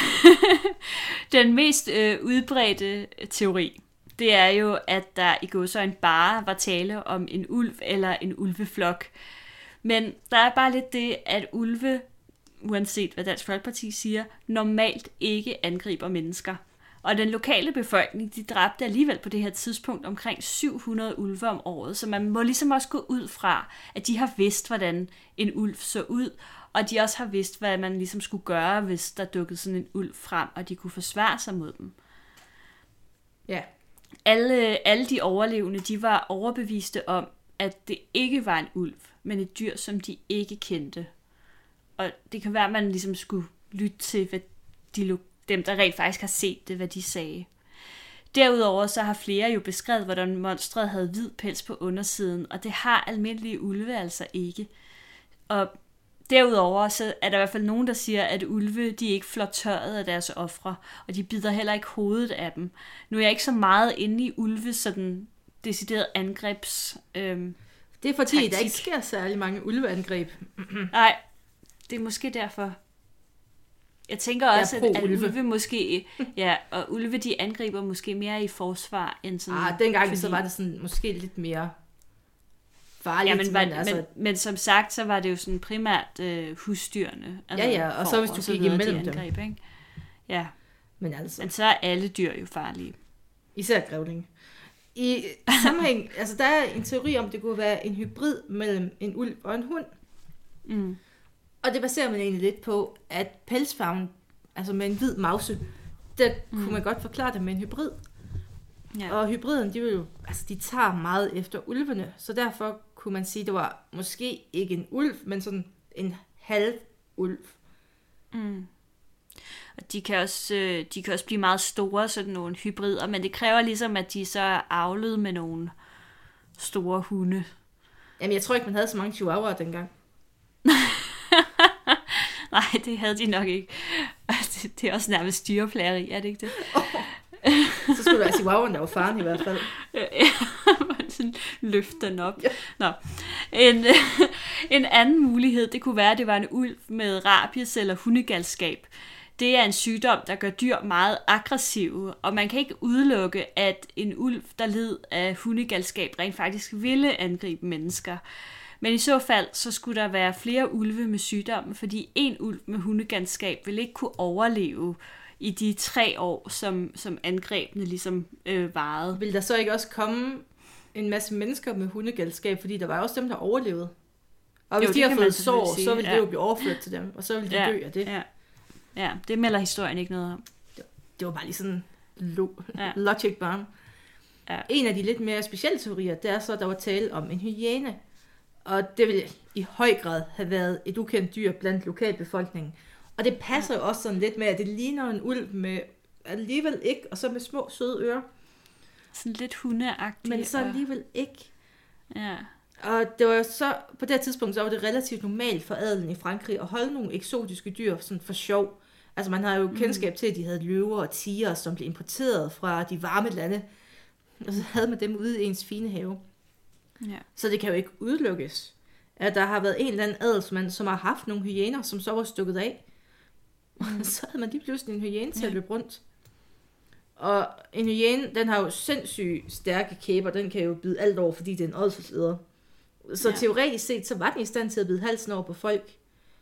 den mest øh, udbredte teori, det er jo, at der i gåseøjne bare var tale om en ulv eller en ulveflok. Men der er bare lidt det, at ulve, uanset hvad Dansk Folkeparti siger, normalt ikke angriber mennesker. Og den lokale befolkning, de dræbte alligevel på det her tidspunkt omkring syv hundrede ulve om året, så man må ligesom også gå ud fra, at de har vidst, hvordan en ulv så ud, og de også har vidst, hvad man ligesom skulle gøre, hvis der dukkede sådan en ulv frem, og de kunne forsvare sig mod dem. Ja. Alle, alle de overlevende, de var overbeviste om, at det ikke var en ulv, men et dyr, som de ikke kendte. Og det kan være, at man ligesom skulle lytte til, hvad de, dem, der rent faktisk har set det, hvad de sagde. Derudover så har flere jo beskrevet, hvordan monstret havde hvid pels på undersiden, og det har almindelige ulve altså ikke. Og derudover så er der i hvert fald nogen, der siger, at ulve de ikke flår tøjet af deres ofre, og de bider heller ikke hovedet af dem. Nu er jeg ikke så meget inde i ulve, sådan decideret angrebs. Øhm, det er fordi, taktik. Der ikke sker særlig mange ulveangreb. Nej, det er måske derfor. Jeg tænker også, jeg at, at ulve måske, ja, og ulve de angriber måske mere i forsvar end sådan. Ah, dengang fordi... så var det sådan måske lidt mere farligt. Ja, men, men, altså... men, men som sagt, så var det jo sådan primært øh, husdyrene. Altså ja, ja, og så hvis du gik imellem de angreb, dem. Ikke? Ja, men, altså... men så er alle dyr jo farlige. Især grævling. I sammenhæng, altså der er en teori om, det kunne være en hybrid mellem en ulv og en hund. Mm. Og det baserer man egentlig lidt på, at pelsfarven, altså med en hvid mause, der mm. kunne man godt forklare det med en hybrid. Ja. Og hybriden, de vil jo, altså de tager meget efter ulvene, så derfor kunne man sige, at det var måske ikke en ulv, men sådan en halv ulv. Mm. Og de kan også, de kan også blive meget store, sådan nogle hybrider, men det kræver ligesom, at de så er avlet med nogle store hunde. Jamen, jeg tror ikke, man havde så mange chihuahuaer dengang. Nej, det havde de nok ikke. Det, det er også nærmest dyreplageri, er det ikke det? Oh. Så skulle det være chihuahuaen, der var faren i hvert fald. Ja, sådan løfte den op. Ja. Nå. En, en anden mulighed, det kunne være, at det var en ulv med rabies eller hundegalskab. Det er en sygdom, der gør dyr meget aggressive, og man kan ikke udelukke, at en ulv, der led af hundegalskab, rent faktisk ville angribe mennesker. Men i så fald, så skulle der være flere ulve med sygdommen, fordi en ulv med hundegalskab ville ikke kunne overleve i de tre år, som, som angrebene ligesom øh, varede. Vil der så ikke også komme en masse mennesker med hundegalskab, fordi der var også dem, der overlevede? Og hvis jo, de har fået sår, sige. så vil det ja. jo blive overført til dem, og så vil de ja. dø af det. Ja. ja, det melder historien ikke noget om. Det, det var bare lige sådan lo- ja. logic barn. Ja. En af de lidt mere specielle teorier, det er så, at der var tale om en hyæne. Og det ville i høj grad have været et ukendt dyr blandt lokalbefolkningen. Og det passer jo også sådan lidt med, at det ligner en ulv med alligevel ikke, og så med små søde ører. Sådan lidt hundeagtigt. Men så alligevel ikke. Ja. Og det var jo så, på det her tidspunkt, så var det relativt normalt for adelen i Frankrig at holde nogle eksotiske dyr sådan for sjov. Altså man har jo kendskab til, at de havde løver og tiger, som blev importeret fra de varme lande. Og så havde man dem ude i ens fine have. Ja. Så det kan jo ikke udelukkes, at der har været en eller anden adelsmand, som har haft nogle hyæner, som så var stukket af. Mm. Så havde man lige pludselig en hyæne til ja. at løbe rundt. Og en hyæne, den har jo sindssygt stærke kæber, den kan jo bide alt over, fordi det er en ådselsleder. Så ja. teoretisk set, så var den i stand til at bide halsen over på folk.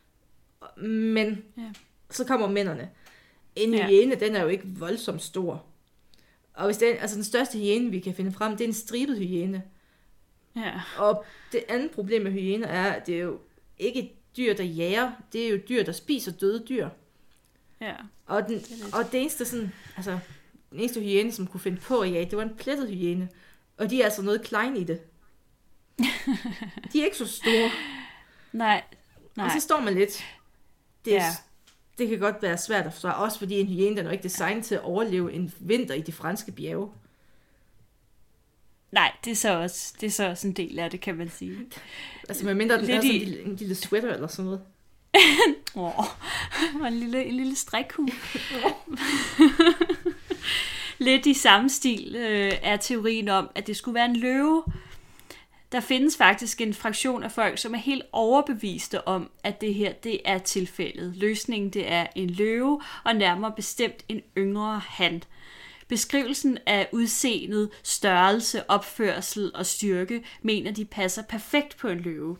Men ja. så kommer mændene. En ja. hyæne, den er jo ikke voldsomt stor. Og hvis den, altså den største hyæne, vi kan finde frem, det er en stribet hyæne. Ja. Og det andet problem med hyæner er, at det er jo ikke dyr, der jager. Det er jo dyr, der spiser døde dyr. Ja. Og, den, det og det eneste sådan, altså, den eneste hyæne, som kunne finde på at jage, det var en plettet hyæne. Og de er altså noget klein i det. De er ikke så store. Nej. Nej. Og så står man lidt. Det, ja. det kan godt være svært at forstå, også fordi en hyæne, den er jo ikke designet til at overleve en vinter i de franske bjerge. Nej, det er så også, det er så også en del af det, kan man sige. Altså med mindre den er sådan en lille, en lille sweater eller sådan noget. Åh, oh, en lille, en lille strikhue. Lidt i samme stil øh, er teorien om, at det skulle være en løve. Der findes faktisk en fraktion af folk, som er helt overbeviste om, at det her det er tilfældet. Løsningen det er en løve, og nærmere bestemt en yngre han. Beskrivelsen af udseendet, størrelse, opførsel og styrke mener de passer perfekt på en løve.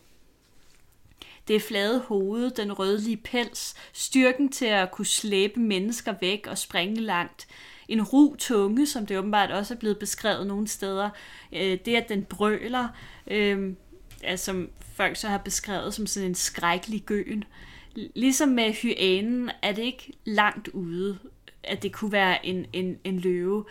Det er flade hoved, den rødlige pels, styrken til at kunne slæbe mennesker væk og springe langt. En ru tunge, som det åbenbart også er blevet beskrevet nogle steder. Det at den brøler, øh, altså, som folk så har beskrevet som sådan en skrækkelig gøen. Ligesom med hyænen er det ikke langt ude, at det kunne være en, en, en løve.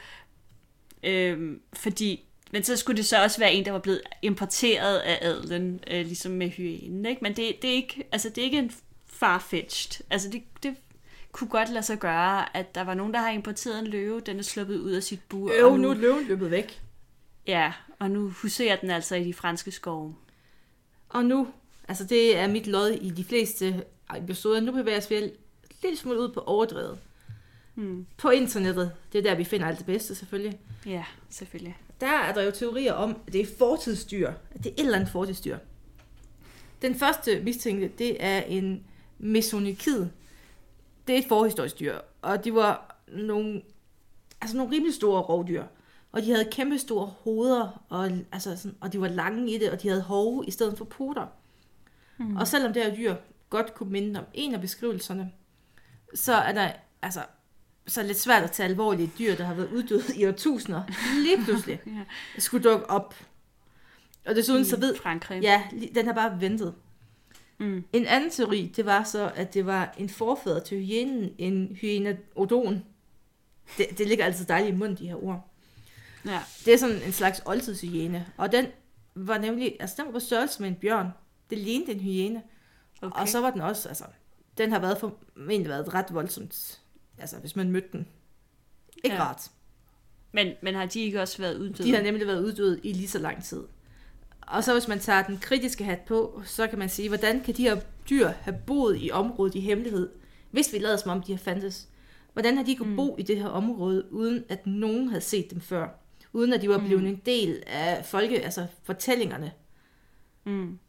Øh, fordi Men så skulle det så også være en, der var blevet importeret af adelen, øh, ligesom med hyænen, ikke? Men det, det, er ikke, altså, det er ikke en farfetched. Altså det, det kunne godt lade sig gøre, at der var nogen, der har importeret en løve, den er sluppet ud af sit bur. Jo, nu er løven løbet væk. Ja, og nu huserer den altså i de franske skove. Og nu, altså det er mit lod i de fleste episoder, nu bevæger vi os lidt smule ud på overdrevet. Hmm. På internettet, det er der, vi finder alt det bedste selvfølgelig. Ja, selvfølgelig. Der er der jo teorier om, at det er fortidsdyr, at det er et eller andet fortidsdyr. Den første mistænkte, det er en mesonikid. Det er et forhistorisk dyr, og de var nogle, altså nogle rimelig store rovdyr. Og de havde kæmpe store hoveder, og, altså sådan, og de var lange i det, og de havde hove i stedet for poter. Mm. Og selvom det her dyr godt kunne minde om en af beskrivelserne, så er der altså så er det lidt svært at tage alvorlige dyr, der har været uddøde i årtusinder, lige pludselig ja. skulle dukke op. Og desuden så ved Frankrig. Ja, den har bare ventet. Mm. En anden teori, det var så, at det var en forfader til hyænen, en hyenodon. Det, det ligger altid dejligt i munden, de her ord. Ja. Det er sådan en slags oldtidshyæne, og den var nemlig, altså den var på størrelse med en bjørn. Det lignede en hyæne. Okay. Og så var den også, altså, den har været formentlig været ret voldsomt. Altså, hvis man mødte den. Ikke ja. rart. Men, men har de ikke også været uddøde? De har nemlig været uddøde i lige så lang tid. Og så hvis man tager den kritiske hat på, så kan man sige, hvordan kan de her dyr have boet i området i hemmelighed, hvis vi lader som om de har fandtes? Hvordan har de kunnet mm. bo i det her område, uden at nogen havde set dem før? Uden at de var blevet mm. en del af folke, altså fortællingerne. Mm.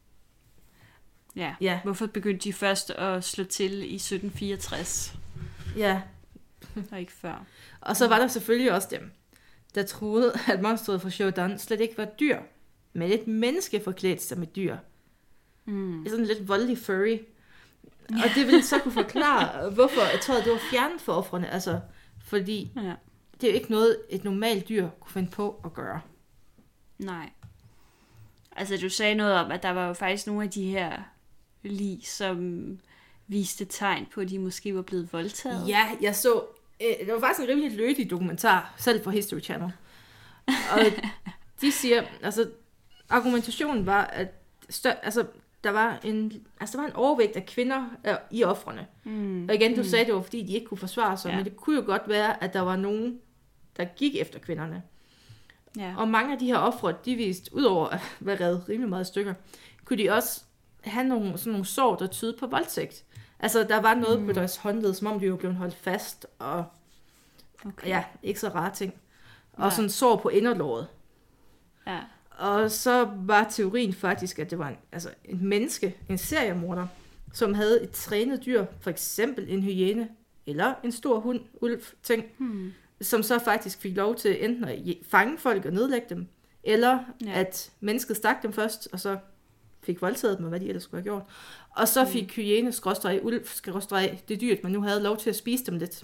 Ja. ja, hvorfor begyndte de først at slå til i sytten fireogtres? Ja. Og ikke før. Og så var der selvfølgelig også dem, der troede, at monstret fra Showdown slet ikke var dyr, men et menneske forklædt sig med dyr. Mm. Det er sådan lidt voldelig furry. Ja. Og det ville så kunne forklare, hvorfor jeg tror, det var fjernet for ofrene. Altså, fordi ja. det er jo ikke noget, et normalt dyr kunne finde på at gøre. Nej. Altså, du sagde noget om, at der var jo faktisk nogle af de her lig, som viste tegn på, at de måske var blevet voldtaget. Ja, jeg så... Øh, det var faktisk en rimelig lødig dokumentar, selv på History Channel. Og de siger... Altså, argumentationen var, at stør, altså, der var en, altså, der var en overvægt af kvinder øh, i ofrene. Mm. Og igen, du mm. sagde, det var, fordi de ikke kunne forsvare sig, ja. men det kunne jo godt være, at der var nogen, der gik efter kvinderne. Ja. Og mange af de her ofre, de viste, udover at være revet rimelig meget stykker, kunne de også have nogle, sådan nogle sår, der tydede på voldtægt. Altså, der var noget mm. på deres håndled, som om de var blevet holdt fast, og okay. ja, ikke så rare ting. Og Nej. sådan sår på inderlåret. Ja. Og så var teorien faktisk, at det var en, altså en menneske, en seriemorder, som havde et trænet dyr, for eksempel en hyæne, eller en stor hund, ulv, ting, hmm. som så faktisk fik lov til enten at fange folk og nedlægge dem, eller ja. at mennesket stak dem først, og så fik voldtaget dem, og hvad de ellers skulle have gjort. Og så fik mm. hyæne, skråstreg, ulv, skråstreg, det dyr, man nu havde lov til at spise dem lidt.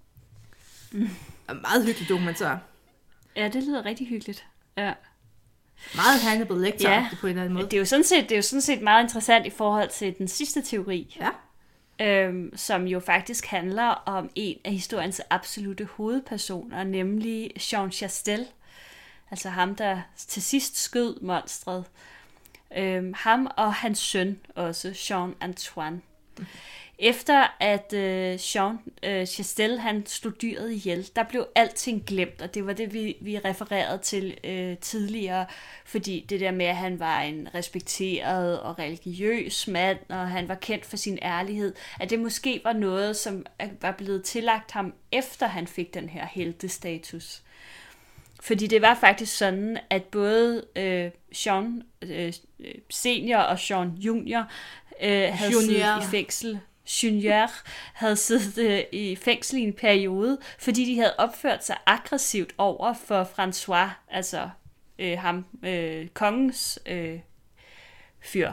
Mm. Meget hyggelig dokumentar. Ja, det lyder rigtig hyggeligt. Ja. Meget Hannibal Lecter ja. på en eller anden måde. Det er jo sådan set, det er jo sådan set meget interessant i forhold til den sidste teori. Ja. Øhm, som jo faktisk handler om en af historiens absolute hovedpersoner, nemlig Jean Chastel. Altså ham, der til sidst skød monstret. Øhm, ham og hans søn også, Jean Antoine. Mm. Efter at øh, Jean øh, Chastel, han slog dyret ihjel, der blev alting glemt, og det var det, vi, vi refererede til øh, tidligere, fordi det der med, at han var en respekteret og religiøs mand, og han var kendt for sin ærlighed, at det måske var noget, som var blevet tillagt ham, efter han fik den her heltestatus. Fordi det var faktisk sådan, at både øh, Jean øh, senior og Jean junior øh, havde Junior. siddet i fængsel. Junior havde siddet øh, i fængsel i en periode, fordi de havde opført sig aggressivt over for François, altså øh, ham, øh, kongens øh, fyr.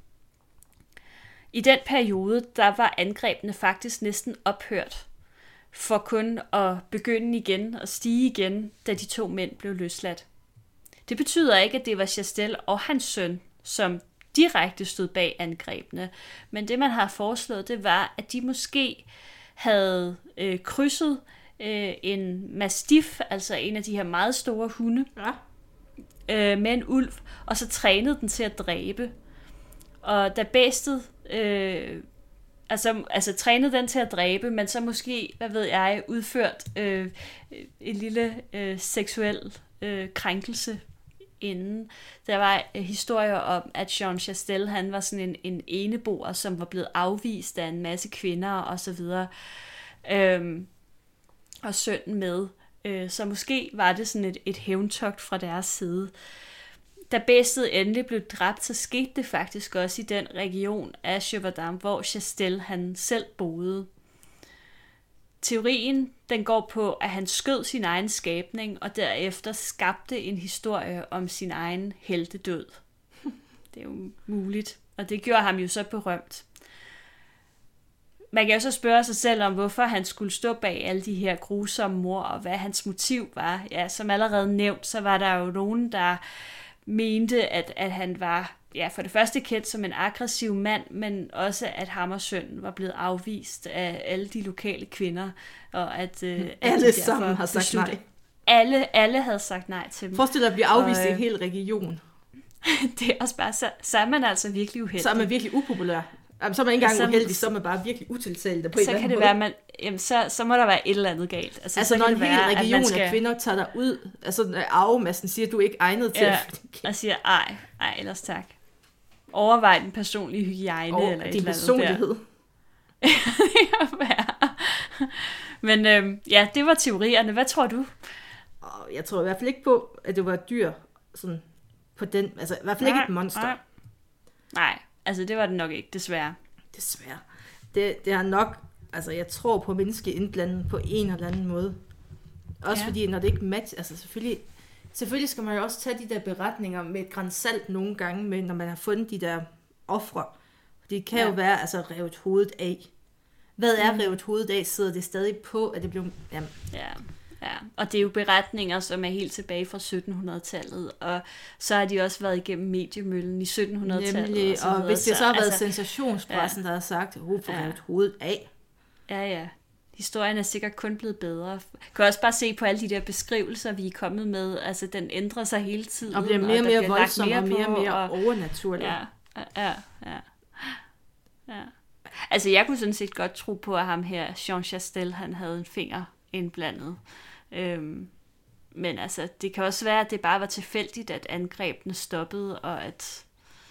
I den periode, der var angrebene faktisk næsten ophørt, for kun at begynde igen og stige igen, da de to mænd blev løsladt. Det betyder ikke, at det var Chastel og hans søn, som direkte stod bag angrebene, men det man har foreslået, det var, at de måske havde øh, krydset øh, en mastiff, altså en af de her meget store hunde, Ja. øh, med en ulv, og så trænede den til at dræbe. Og da bæstet, øh, altså, altså trænede den til at dræbe, men så måske, hvad ved jeg, udført øh, en lille øh, seksuel øh, krænkelse inden. Der var øh, historier om, at Jean Chastel, han var sådan en, en eneboer, som var blevet afvist af en masse kvinder og så videre. Øhm, og sønnen med. Øh, så måske var det sådan et, et hævntogt fra deres side. Da bæstet endelig blev dræbt, så skete det faktisk også i den region af Gévaudan, hvor Chastel han selv boede. Teorien den går på, at han skød sin egen skabning, og derefter skabte en historie om sin egen heltedød. Det er jo muligt, og det gjorde ham jo så berømt. Man kan jo så spørge sig selv om, hvorfor han skulle stå bag alle de her grusomme mord, og hvad hans motiv var. Ja, som allerede nævnt, så var der jo nogen, der mente, at, at han var ja, for det første kendt som en aggressiv mand, men også at ham og sønnen var blevet afvist af alle de lokale kvinder, og at, øh, at alle de sammen har sagt besluttede- nej. Alle, alle havde sagt nej til dem. Forestil dig at blive afvist Og, i øh, en hel region. Det er også bare, så, så er man altså virkelig uheldig. Så er man virkelig upopulær. Jamen, så er man ikke engang Så- uheldig, så er man bare virkelig utiltalt. På en så eller kan anden det måde. være, man, jamen, så, så må der være et eller andet galt. Altså, Altså så når kan en det hel være, at region man af skal, kvinder tager dig ud, altså arvemassen siger, at du er ikke egnet til Ja, at... og siger, ej, ej, ellers tak. Overvej den personlige hygiejne, Og eller et din eller andet personlighed. der. Det kan være. Men øhm, ja, det var teorierne. Hvad tror du? Og jeg tror i hvert fald ikke på, at det var et dyr, sådan på den, altså i hvert fald ikke et monster. Nej. Nej, altså det var det nok ikke, desværre. Desværre. Det, det har nok, altså jeg tror på menneskeindblanding på en eller anden måde. Også Ja. ja. fordi, når det ikke matcher, altså selvfølgelig, selvfølgelig skal man jo også tage de der beretninger med et gran salt nogle gange, med, når man har fundet de der ofre. Det kan ja. Ja. jo være, altså revet hovedet af. Hvad er Mm. revet hovedet af? Sidder det stadig på, at det blev... Jamen, Ja, ja, og det er jo beretninger, som er helt tilbage fra sytten hundrede-tallet, og så har de også været igennem mediemøllen i sytten hundrede-tallet. nemlig, og, så og videre. hvis det så har været altså, sensationspressen, der har sagt, at hun får Ja. revet hovedet af. Ja, ja. Historien er sikkert kun blevet bedre. Du kan også bare se på alle de der beskrivelser, vi er kommet med. Altså, den ændrer sig hele tiden. Og bliver mere og der mere bliver lagt voldsom og mere og på, mere og- overnaturlig. Ja, ja, ja. ja. Altså, jeg kunne sådan set godt tro på, at ham her, Jean Chastel, han havde en finger indblandet. Øhm, men altså, det kan også være, at det bare var tilfældigt, at angrebene stoppede, og at,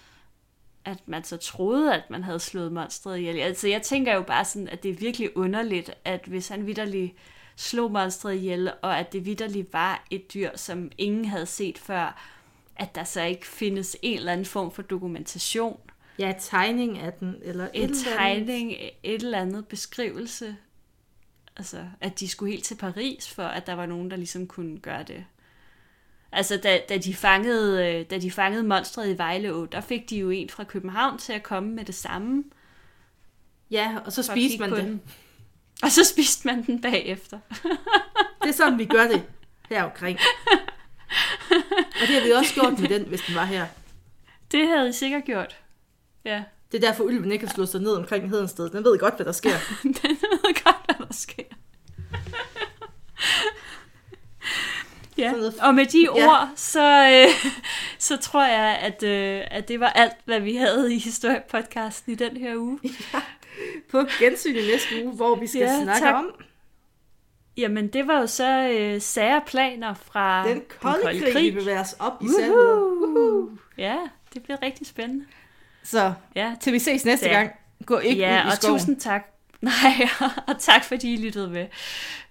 at man så troede, at man havde slået monstret ihjel. Altså, jeg tænker jo bare sådan, at det er virkelig underligt, at hvis han vitterlig slog monstret ihjel, og at det vitterlig var et dyr, som ingen havde set før, at der så ikke findes en eller anden form for dokumentation. Ja, tegning af den, eller et En eller andet. tegning, et eller andet beskrivelse. Altså, at de skulle helt til Paris, for at der var nogen, der ligesom kunne gøre det. Altså, da, da, de, fangede, øh, da de fangede monstret i Vejle Å, der fik de jo en fra København til at komme med det samme. Ja, og så for at spiste kigge man på det. den. Og så spiste man den bagefter. Det er sådan, vi gør det her omkring. Og det har vi også gjort med den, hvis den var her. Det havde I sikkert gjort. Ja. Det er derfor, Ylven ikke har slået sig ned omkring Hedensted. Den ved godt, hvad der sker. Den ved godt, hvad der sker. Ja, Sådan noget- og med de Ja. ord, så, øh, så tror jeg, at, øh, at det var alt, hvad vi havde i historiepodcasten i den her uge. På gensyn i næste uge, hvor vi skal Ja, snakke tak. om Jamen, det var jo så øh, sære planer fra den kolde krig, vi bevæger os op i sandet. Woohoo! Ja, det bliver rigtig spændende. Så Ja, til vi ses næste Ja. gang. Gå ikke ja ud i og skoven. tusind tak. Nej, og tak fordi I lyttede med.